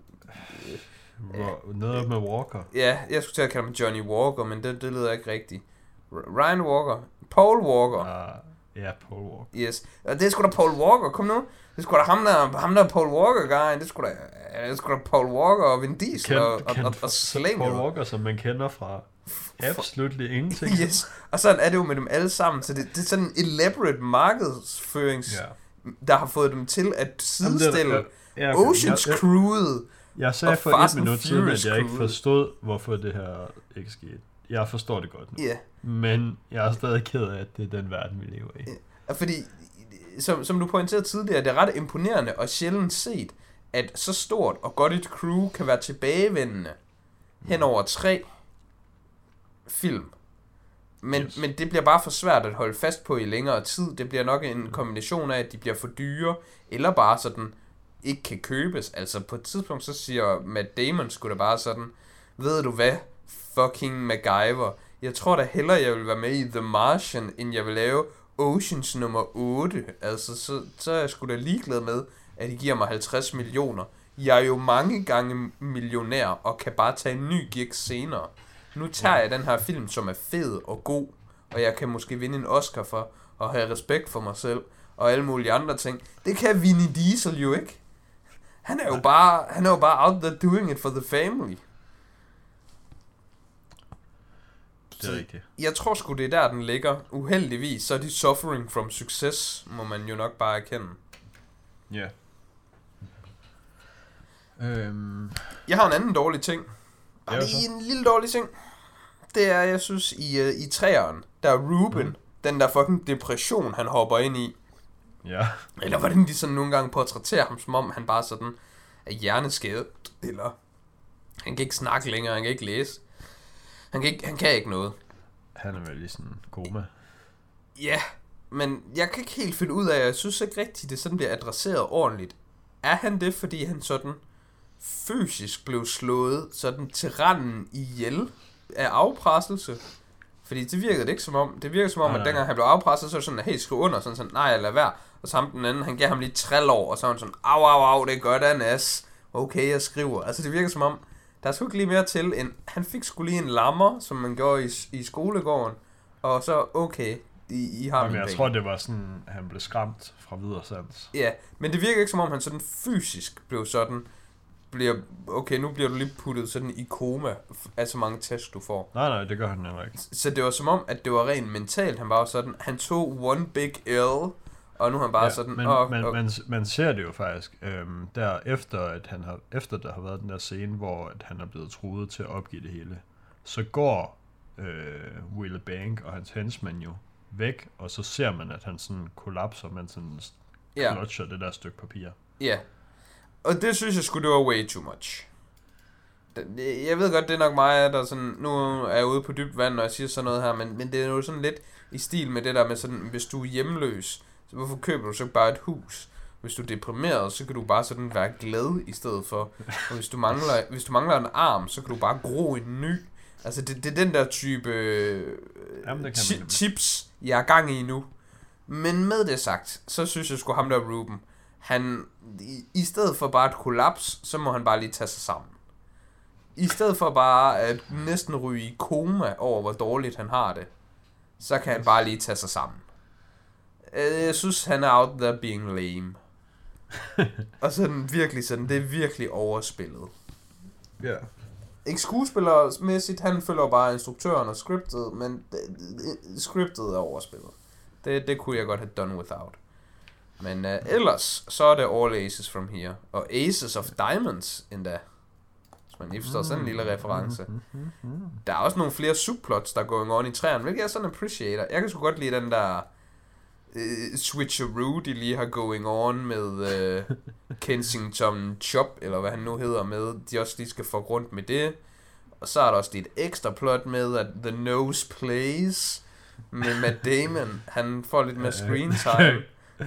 Øh, Noget med Walker. Ja, jeg skulle til at kalde ham Johnny Walker, men det, det lyder ikke rigtigt. Ryan Walker. Paul Walker. Uh, ja, Paul Walker. Yes. Og det er sgu da Paul Walker, kom nu. Det er sgu da ham der, ham der Paul Walker guy. Det er sgu da, det er sgu da Paul Walker og Vin Diesel Ken, og, og, og, og Slinger. Paul Walker, som man kender fra absolut ingenting. Yes. Og sådan er det jo med dem alle sammen. Så det, det er sådan en elaborate markedsførings, yeah. der har fået dem til at sidestille der, ja, okay. Oceans jeg, jeg, crewet. Jeg sagde for et minut siden, at jeg ikke forstod, hvorfor det her ikke skete. Jeg forstår det godt nu. Yeah. Men jeg er stadig ked af, at det er den verden, vi lever i. Yeah. Fordi, som, som du pointerede tidligere, det er ret imponerende og sjældent set, at så stort og godt et crew kan være tilbagevendende hen over tre film. Men, yes. men det bliver bare for svært at holde fast på i længere tid. Det bliver nok en kombination af, at de bliver for dyre, eller bare sådan ikke kan købes. Altså på et tidspunkt, så siger Matt Damon sgu da bare sådan, ved du hvad, fucking MacGyver, jeg tror da hellere, jeg vil være med i The Martian, end jeg vil lave Oceans nummer otte. Altså, så, så er jeg sgu da ligeglad med, at de giver mig halvtreds millioner. Jeg er jo mange gange millionær, og kan bare tage en ny gig senere. Nu tager jeg den her film, som er fed og god, og jeg kan måske vinde en Oscar for at have respekt for mig selv, og alle mulige andre ting. Det kan Vin Diesel jo ikke. Han er jo bare, han er jo bare out there doing it for the family. Det er rigtigt. Jeg tror sgu, det er der, den ligger. Uheldigvis, så er de suffering from success, må man jo nok bare erkende. Ja. Yeah. Øhm. Jeg har en anden dårlig ting. Bare lige en lille dårlig ting. Det er, jeg synes, i, uh, i træeren, der er Ruben, mm. den der fucking depression, han hopper ind i. Ja. Eller hvordan de sådan nogle gange portrætterer ham, som om han bare sådan er hjerneskadet, eller han kan ikke snakke længere, han kan ikke læse. Han kan ikke, han kan ikke noget. Han er vel i sådan en koma. Ja, men jeg kan ikke helt finde ud af, jeg synes ikke rigtigt, det sådan bliver adresseret ordentligt. Er han det, fordi han sådan fysisk blev slået sådan til randen ihjel af afpresselse? Fordi det virkede det ikke som om. Det virkede som om, nej, at dengang han blev afpresset, så var det sådan, at helt skrive under, sådan sådan, nej, lad være. Og så ham den anden, han gav ham lige tre år, og så var han sådan, au, au, au, det er godt af en as. Okay, jeg skriver. Altså det virker som om, der er sgu ikke lige mere til, end han fik sgu lige en lammer, som man gjorde i, i skolegården, og så okay, I, I har Jamen, jeg penge. Tror, det var sådan, han blev skræmt fra videre sans. Ja, men det virker ikke som om, han sådan fysisk blev sådan, bliver, okay, nu bliver du lige puttet sådan i koma af så mange tests, du får. Nej, nej, det gør han heller ikke. Så det var som om, at det var rent mentalt, han var sådan, han tog one big L, og nu er han bare ja, sådan... Men, oh, man, oh. Man, man ser det jo faktisk, øhm, der efter, at han har, efter der har været den der scene, hvor at han er blevet truet til at opgive det hele, så går øh, Will Bank og hans henchmen jo væk, og så ser man, at han sådan kollapser, man sådan ja. klotcher det der stykke papir. Ja, og det synes jeg sgu, det var way too much. Jeg ved godt, det er nok mig, der sådan, nu er jeg ude på dybt vand, når jeg siger sådan noget her, men, men det er jo sådan lidt i stil med det der med sådan, hvis du er hjemløs, så hvorfor køber du så ikke bare et hus? Hvis du er deprimeret, så kan du bare sådan være glad i stedet for. Og hvis du mangler, hvis du mangler en arm, så kan du bare gro en ny. Altså det, det er den der type Jamen, det ti- tips, jeg er gang i nu. Men med det sagt, så synes jeg sgu ham der Ruben, han, i, i stedet for bare et kollaps, så må han bare lige tage sig sammen. I stedet for bare at næsten ryge i koma over, hvor dårligt han har det, så kan han bare lige tage sig sammen. Jeg synes, han er out there being lame. Og sådan virkelig sådan, det er virkelig overspillet. Ja. Yeah. Ikke skuespillermæssigt, han følger bare instruktøren og scriptet, men det, det, scriptet er overspillet. Det, det kunne jeg godt have done without. Men uh, ellers, så er det all aces from here. Og aces of diamonds endda. men I forstår sådan en lille reference. Der er også nogle flere subplots, der er going on i træerne, hvilket jeg sådan appreciater. Jeg kan sgu godt lide den der uh, switcheroo, de lige har going on med uh, Kensington Chop, eller hvad han nu hedder med. De også lige skal få rundt med det. Og så er der også lidt ekstra plot med, at The Nose Plays med Matt Damon. Han får lidt mere screen time.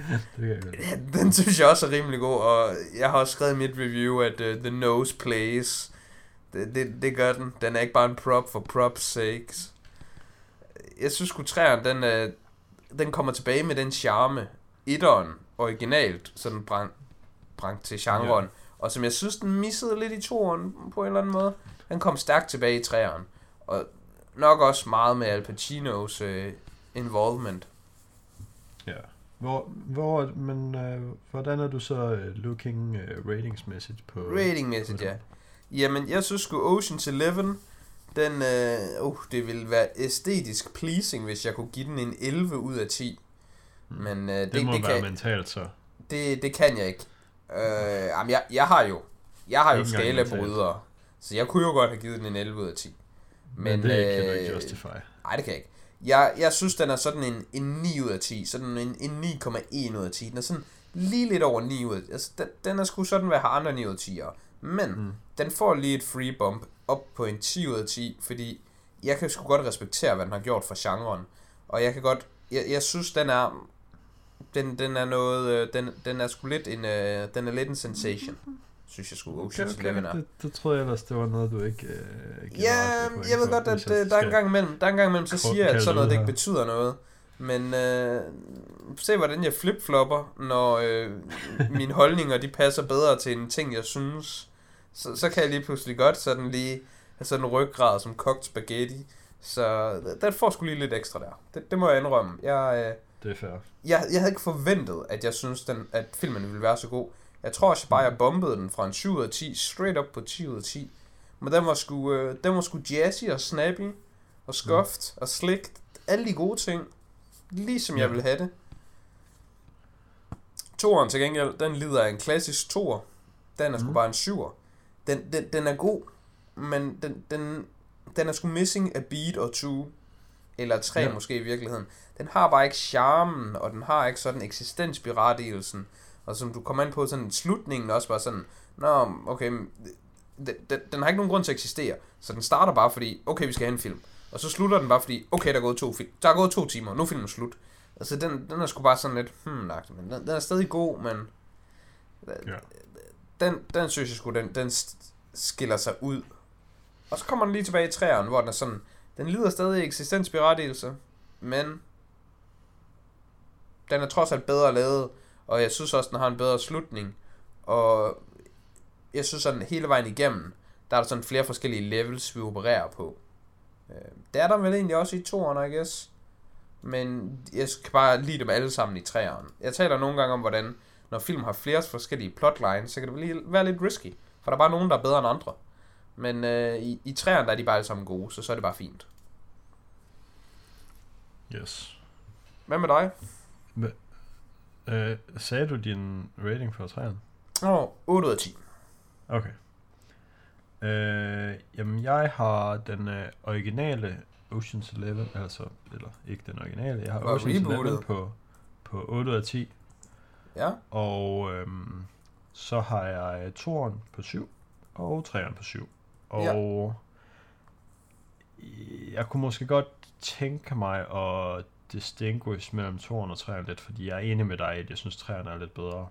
Den synes jeg også er rimelig god, og jeg har også skrevet i mit review, at uh, The Nose Plays, det, det, det gør den. Den er ikke bare en prop for props sakes. Jeg synes sgu træerne, den, uh, den kommer tilbage med den charme, etteren originalt, sådan brang, brang til genren, ja. Og som jeg synes, den missede lidt i toeren på en eller anden måde. Den kom stærkt tilbage i træerne, og nok også meget med Al Pacinos uh, involvement. Ja. Hvor, hvor, men øh, hvordan er du så uh, looking uh, ratingsmæssigt på... Ratingmæssigt, ja. Jamen, jeg synes sgu Ocean's Eleven, den, øh, uh, det ville være æstetisk pleasing, hvis jeg kunne give den en elleve ud af ti. Mm. Men øh, det, det må det være kan, mentalt, så. Det, det kan jeg ikke. Øh, jamen, jeg, jeg har jo, jeg har jo skalabrydere, så jeg kunne jo godt have givet den en elleve ud af ti. Men, men det øh, kan du ikke justify. Nej, det kan jeg ikke. Jeg, jeg synes, den er sådan en, en ni ud af ti, sådan en, en ni komma en ud af ti. Den er sådan lige lidt over ni ud af ti. Altså, den, den er sgu sådan, hvad har andre ni ud af ti'ere. Men mm. den får lige et free bump op på en ti ud af ti, fordi jeg kan sgu godt respektere, hvad den har gjort for genren. Og jeg kan godt, jeg, jeg synes, den er, den, den er noget, den, den er sgu lidt en, uh, den er lidt en sensation. Synes jeg sgu, Ocean's okay, okay. Eleven er. Det, det troede jeg ellers, det var noget, du ikke uh, ja, jeg ved godt, at uh, der er en gang imellem, der er en gang imellem, så siger jeg, at sådan noget, det ikke betyder noget. Men uh, se, hvordan jeg flip-flopper, når uh, mine holdninger, de passer bedre til en ting, jeg synes. Så, så kan jeg lige pludselig godt sådan lige have sådan en ryggrad som kogt spaghetti. Så den får sgu lige lidt ekstra der. Det, det må jeg indrømme. Jeg, uh, det er fair. Jeg, jeg havde ikke forventet, at jeg synes, den, at filmen ville være så god. Jeg tror også bare, jeg bombede den fra en syv ud af ti, straight up på ti ud af ti. Men den var sgu, øh, den var sgu jazzy og snappy, og scuffed, mm. og slick. Alle de gode ting, lige som jeg ja. ville have det. Toeren til gengæld, den lider af en klassisk toer. Den er sgu mm. bare en syver. Den, den, den er god, men den, den, den er sgu missing a beat or two. Eller tre ja. måske i virkeligheden. Den har bare ikke charmen, og den har ikke sådan eksistensberettigelsen. Og som du kommer ind på, sådan slutningen også bare sådan, nå, okay, den, den, den har ikke nogen grund til at eksistere. Så den starter bare fordi, okay, vi skal have en film. Og så slutter den bare fordi, okay, der er gået to, film. Der er gået to timer, nu er filmen slut. Altså, den, den er sgu bare sådan lidt, hmm, lagt, men den, den er stadig god, men ja. den, den synes jeg sgu, den, den skiller sig ud. Og så kommer den lige tilbage i træerne, hvor den er sådan, den lider stadig eksistensberettigelse, men den er trods alt bedre lavet. Og jeg synes også, den har en bedre slutning. Og jeg synes sådan, hele vejen igennem, der er der sådan flere forskellige levels, vi opererer på. Det er der vel egentlig også i toeren, I guess. Men jeg kan bare lide dem alle sammen i treeren. Jeg taler nogle gange om, hvordan når film har flere forskellige plotlines, så kan det lige være lidt risky. For der er bare nogen, der er bedre end andre. Men øh, i, i treeren, der er de bare alle sammen gode, så så er det bare fint. Yes. Hvad med dig? Med Øh, sagde du din rating for træerne? Åh, oh, otte ud af ti. Okay. Øh, jamen, jeg har den øh, originale Ocean's Eleven, altså, eller ikke den originale, jeg har Var Ocean's Eleven på, på otte ud af ti. Ja. Og øhm, så har jeg toeren på syv, og treeren på syv. Og ja. jeg kunne måske godt tænke mig at distinguish mellem toeren og treeren lidt, fordi jeg er enig med dig, at jeg synes, treeren er lidt bedre.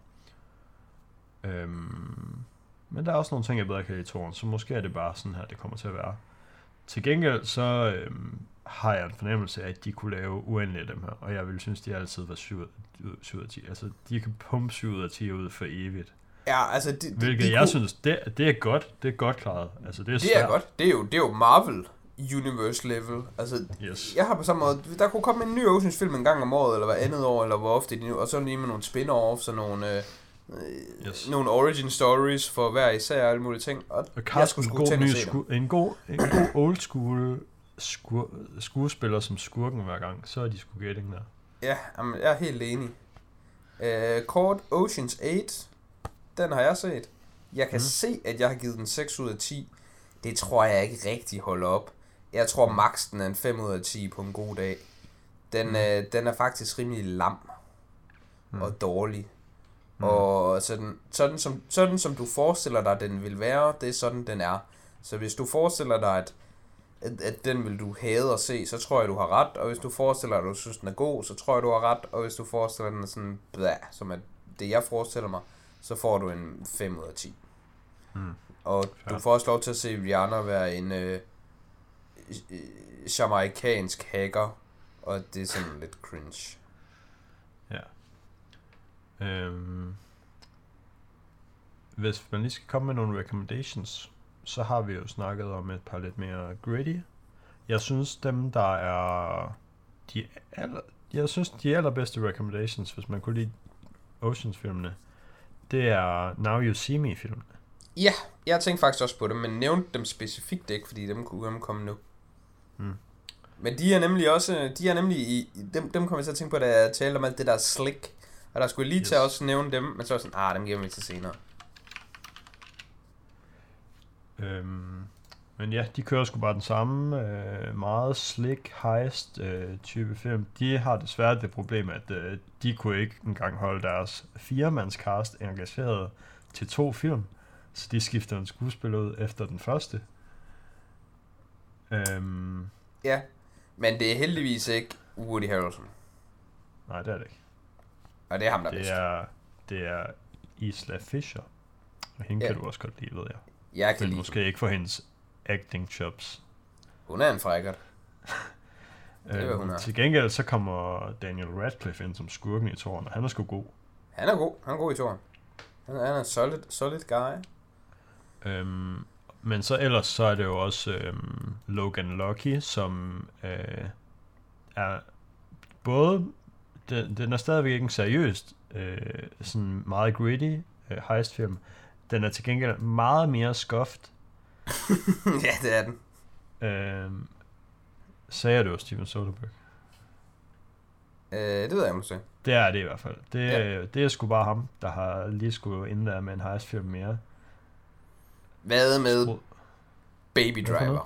Øhm, men der er også nogle ting, jeg bedre kan lide i toeren, så måske er det bare sådan her, det kommer til at være. Til gengæld, så øhm, har jeg en fornemmelse af, at de kunne lave uendeligt dem her, og jeg vil synes, de altid var syv ud af ti. Altså, de kan pumpe syv ud af ti ud for evigt. Ja, altså... De, Hvilket de jeg kunne... synes, det, det er godt. Det er godt klaret. Altså, det er, det er godt. Det er jo, det er jo Marvel Universe level. Altså, yes. Jeg har på samme måde... Der kunne komme en ny Oceans film en gang om året, eller hver andet år, eller hvor ofte de nu... Og så lige med nogle spin-offs og nogle... Øh, yes. Nogle origin stories for hver især og alle mulige ting. Og, og jeg skulle sgu tænke at se sku- en god, en god old school sku- skuespiller som skurken hver gang. Så er de sgu getting der. Ja, jamen, jeg er helt enig. Uh, Caught Oceans otte, den har jeg set. Jeg kan mm. se, at jeg har givet den seks ud af ti. det tror jeg ikke rigtig holder op. Jeg tror max den er en fem ud af ti på en god dag. Den, mm. øh, den er faktisk rimelig lam mm. og dårlig. Mm. Og sådan, sådan, som, sådan som du forestiller dig, den vil være, det er sådan, den er. Så hvis du forestiller dig, at, at, at den vil du hade at se, så tror jeg, du har ret. Og hvis du forestiller dig, at du synes, den er god, så tror jeg, du har ret. Og hvis du forestiller dig, den er sådan, blæh, som er det, jeg forestiller mig, så får du en fem ud af ti. Mm. Og ja. Du får også lov til at se Rihanna være en øh, jamaikansk hacker, og det er sådan lidt cringe. Ja. Øhm. Hvis man lige skal komme med nogle recommendations, så har vi jo snakket om et par lidt mere gritty. Jeg synes dem, der er de aller, jeg synes de allerbedste recommendations, hvis man kunne lide Oceans-filmene, det er Now You See Me-filmene. Ja, jeg tænkte faktisk også på dem, men nævnte dem specifikt ikke, fordi dem kunne komme nu. Hmm. Men de er nemlig også, de er nemlig i, dem, dem kommer jeg til at tænke på, da jeg talte om alt det der slick, og der skulle jeg lige yes. til at også nævne dem, men så var sådan, ah, dem giver vi til senere. Øhm, men ja, de kører sgu bare den samme, øh, meget slick, heist øh, type film. De har desværre det problem, at øh, de kunne ikke engang holde deres firemandscast engageret til to film, så de skifter en skuespiller ud efter den første. Øhm, ja, men det er heldigvis ikke Woody Harrelson. Nej, det er det ikke. Og det er ham, der det er, det er Isla Fisher, og hende ja. Kan du også godt lide, ved jeg. Jeg kan men måske ikke for hendes acting jobs. Hun er en frækkert. øhm, hun er. Til gengæld så kommer Daniel Radcliffe ind som skurken i toren, og han er sgu god. Han er god. Han er god i toren. Han er en solid, solid guy. Øhm, men så ellers så er det jo også øhm, Logan Lucky, som øh, er både den, den er stadigvæk ikke en seriøst øh, sådan meget gritty øh, heistfilm. Den er til gengæld meget mere scuffed. Ja, det er den. Øhm, sagde det jo Steven Soderbergh? Øh, det ved jeg måske. Det er det i hvert fald. Det, ja. Det er sgu bare ham, der har lige skulle ind der med en heistfilm mere. Hvad med Skru... Baby Driver?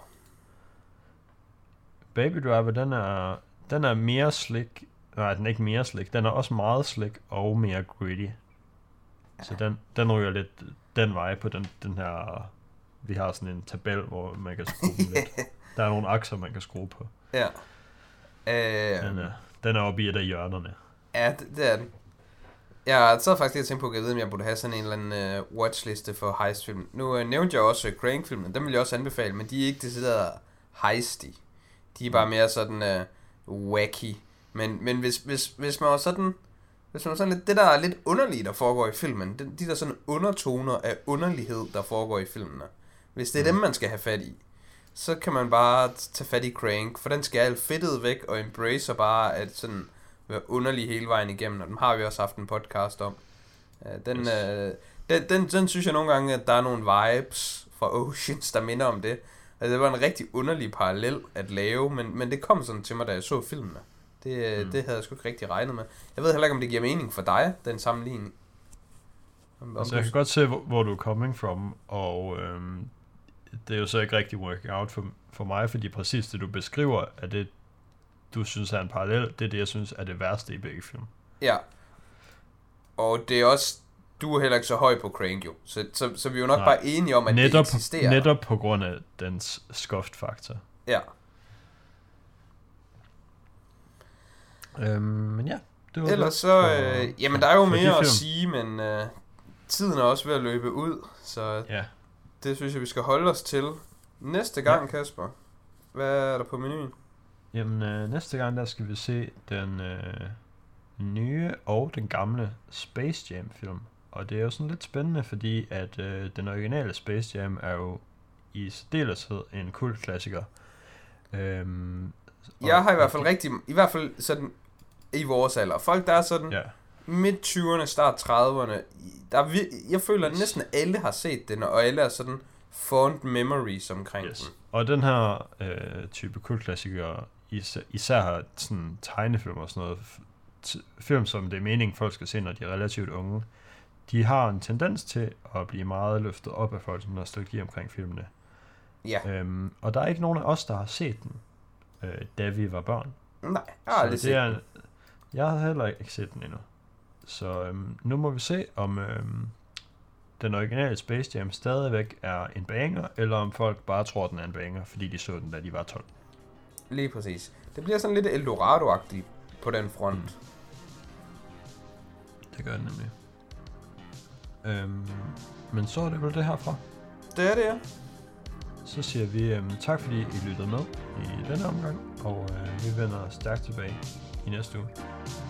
Baby Driver, den er, den er mere slick. Nej, den er ikke mere slick. Den er også meget slick og mere gritty. Ja. Så den, den ryger lidt den vej på den, den her... Vi har sådan en tabel, hvor man kan skrue lidt. Der er nogle akser, man kan skrue på. Ja. Øh... Den, er, den er oppe i et af hjørnerne. Ja, det, det er den. Jeg sad faktisk lige og tænkte på, at jeg ved, om jeg burde have sådan en eller anden uh, watchliste for heistfilm. Nu uh, nævnte jeg også uh, Crank-filmen. Dem vil jeg også anbefale, men de er ikke decideret heisty. De er bare mere sådan uh, wacky. Men, men hvis, hvis, hvis man var sådan... Hvis man var sådan lidt... Det der er lidt underligt, der foregår i filmen. De, de der sådan undertoner af underlighed, der foregår i filmene. Hvis det er mm. dem, man skal have fat i, så kan man bare tage fat i Crank. For den skal alt fedtet væk og embracer bare at sådan... være underlig hele vejen igennem, og dem har vi også haft en podcast om. Den, yes. øh, den, den, den synes jeg nogle gange, at der er nogle vibes fra Oceans, der minder om det. Altså, det var en rigtig underlig parallel at lave, men, men det kom sådan til mig, da jeg så filmene. Det, mm. det havde jeg sgu ikke rigtig regnet med. Jeg ved heller ikke, om det giver mening for dig, den sammenligning. Om, om altså, jeg kan godt se, hvor, hvor du er coming from, og øhm, det er jo så ikke rigtig working out for, for mig, fordi præcis det, du beskriver, er det, du synes er en parallel, det er det, jeg synes er det værste i begge film. Ja. Og det er også, du er heller ikke så høj på Crank, jo. Så, så, så vi er jo nok Nej. bare enige om, at netop, det eksisterer. Netop på grund af dens scuffed-faktor. Ja. Øhm, men ja. Det var Ellers så, for, øh, jamen der er jo mere at sige, men øh, tiden er også ved at løbe ud, så ja. Det synes jeg, vi skal holde os til. Næste gang, ja. Kasper, hvad er der på menuen? Jamen, øh, næste gang, der skal vi se den øh, nye og den gamle Space Jam film. Og det er jo sådan lidt spændende, fordi at øh, den originale Space Jam er jo i særdeleshed en kultklassiker. Øhm, jeg har i hvert fald rigtig, i hvert fond sådan i vores alder. Folk, der er sådan ja. midt tyverne, start trediverne, der er, jeg føler, at næsten alle har set den, og alle er sådan fond memories omkring yes. den. Og den her øh, type kultklassikere, især, især har sådan tegnefilm og sådan noget, t- film som det er meningen folk skal se, når de er relativt unge, de har en tendens til at blive meget løftet op af folks nostalgi omkring filmene. Ja. Øhm, og der er ikke nogen af os, der har set den, øh, da vi var børn. Nej, jeg har aldrig Så det set er, den. Jeg har heller ikke set den endnu. Så øhm, nu må vi se, om øhm, den originale Space Jam stadigvæk er en banger, eller om folk bare tror, den er en banger, fordi de så den, da de var tolv. Lige præcis. Det bliver sådan lidt Eldorado-agtigt på den front. Mm. Det gør det nemlig. Øhm, men så er det vel det herfra. Det er det, ja. Så siger vi øhm, tak, fordi I lyttede med i denne omgang, og øh, vi vender stærkt tilbage i næste uge.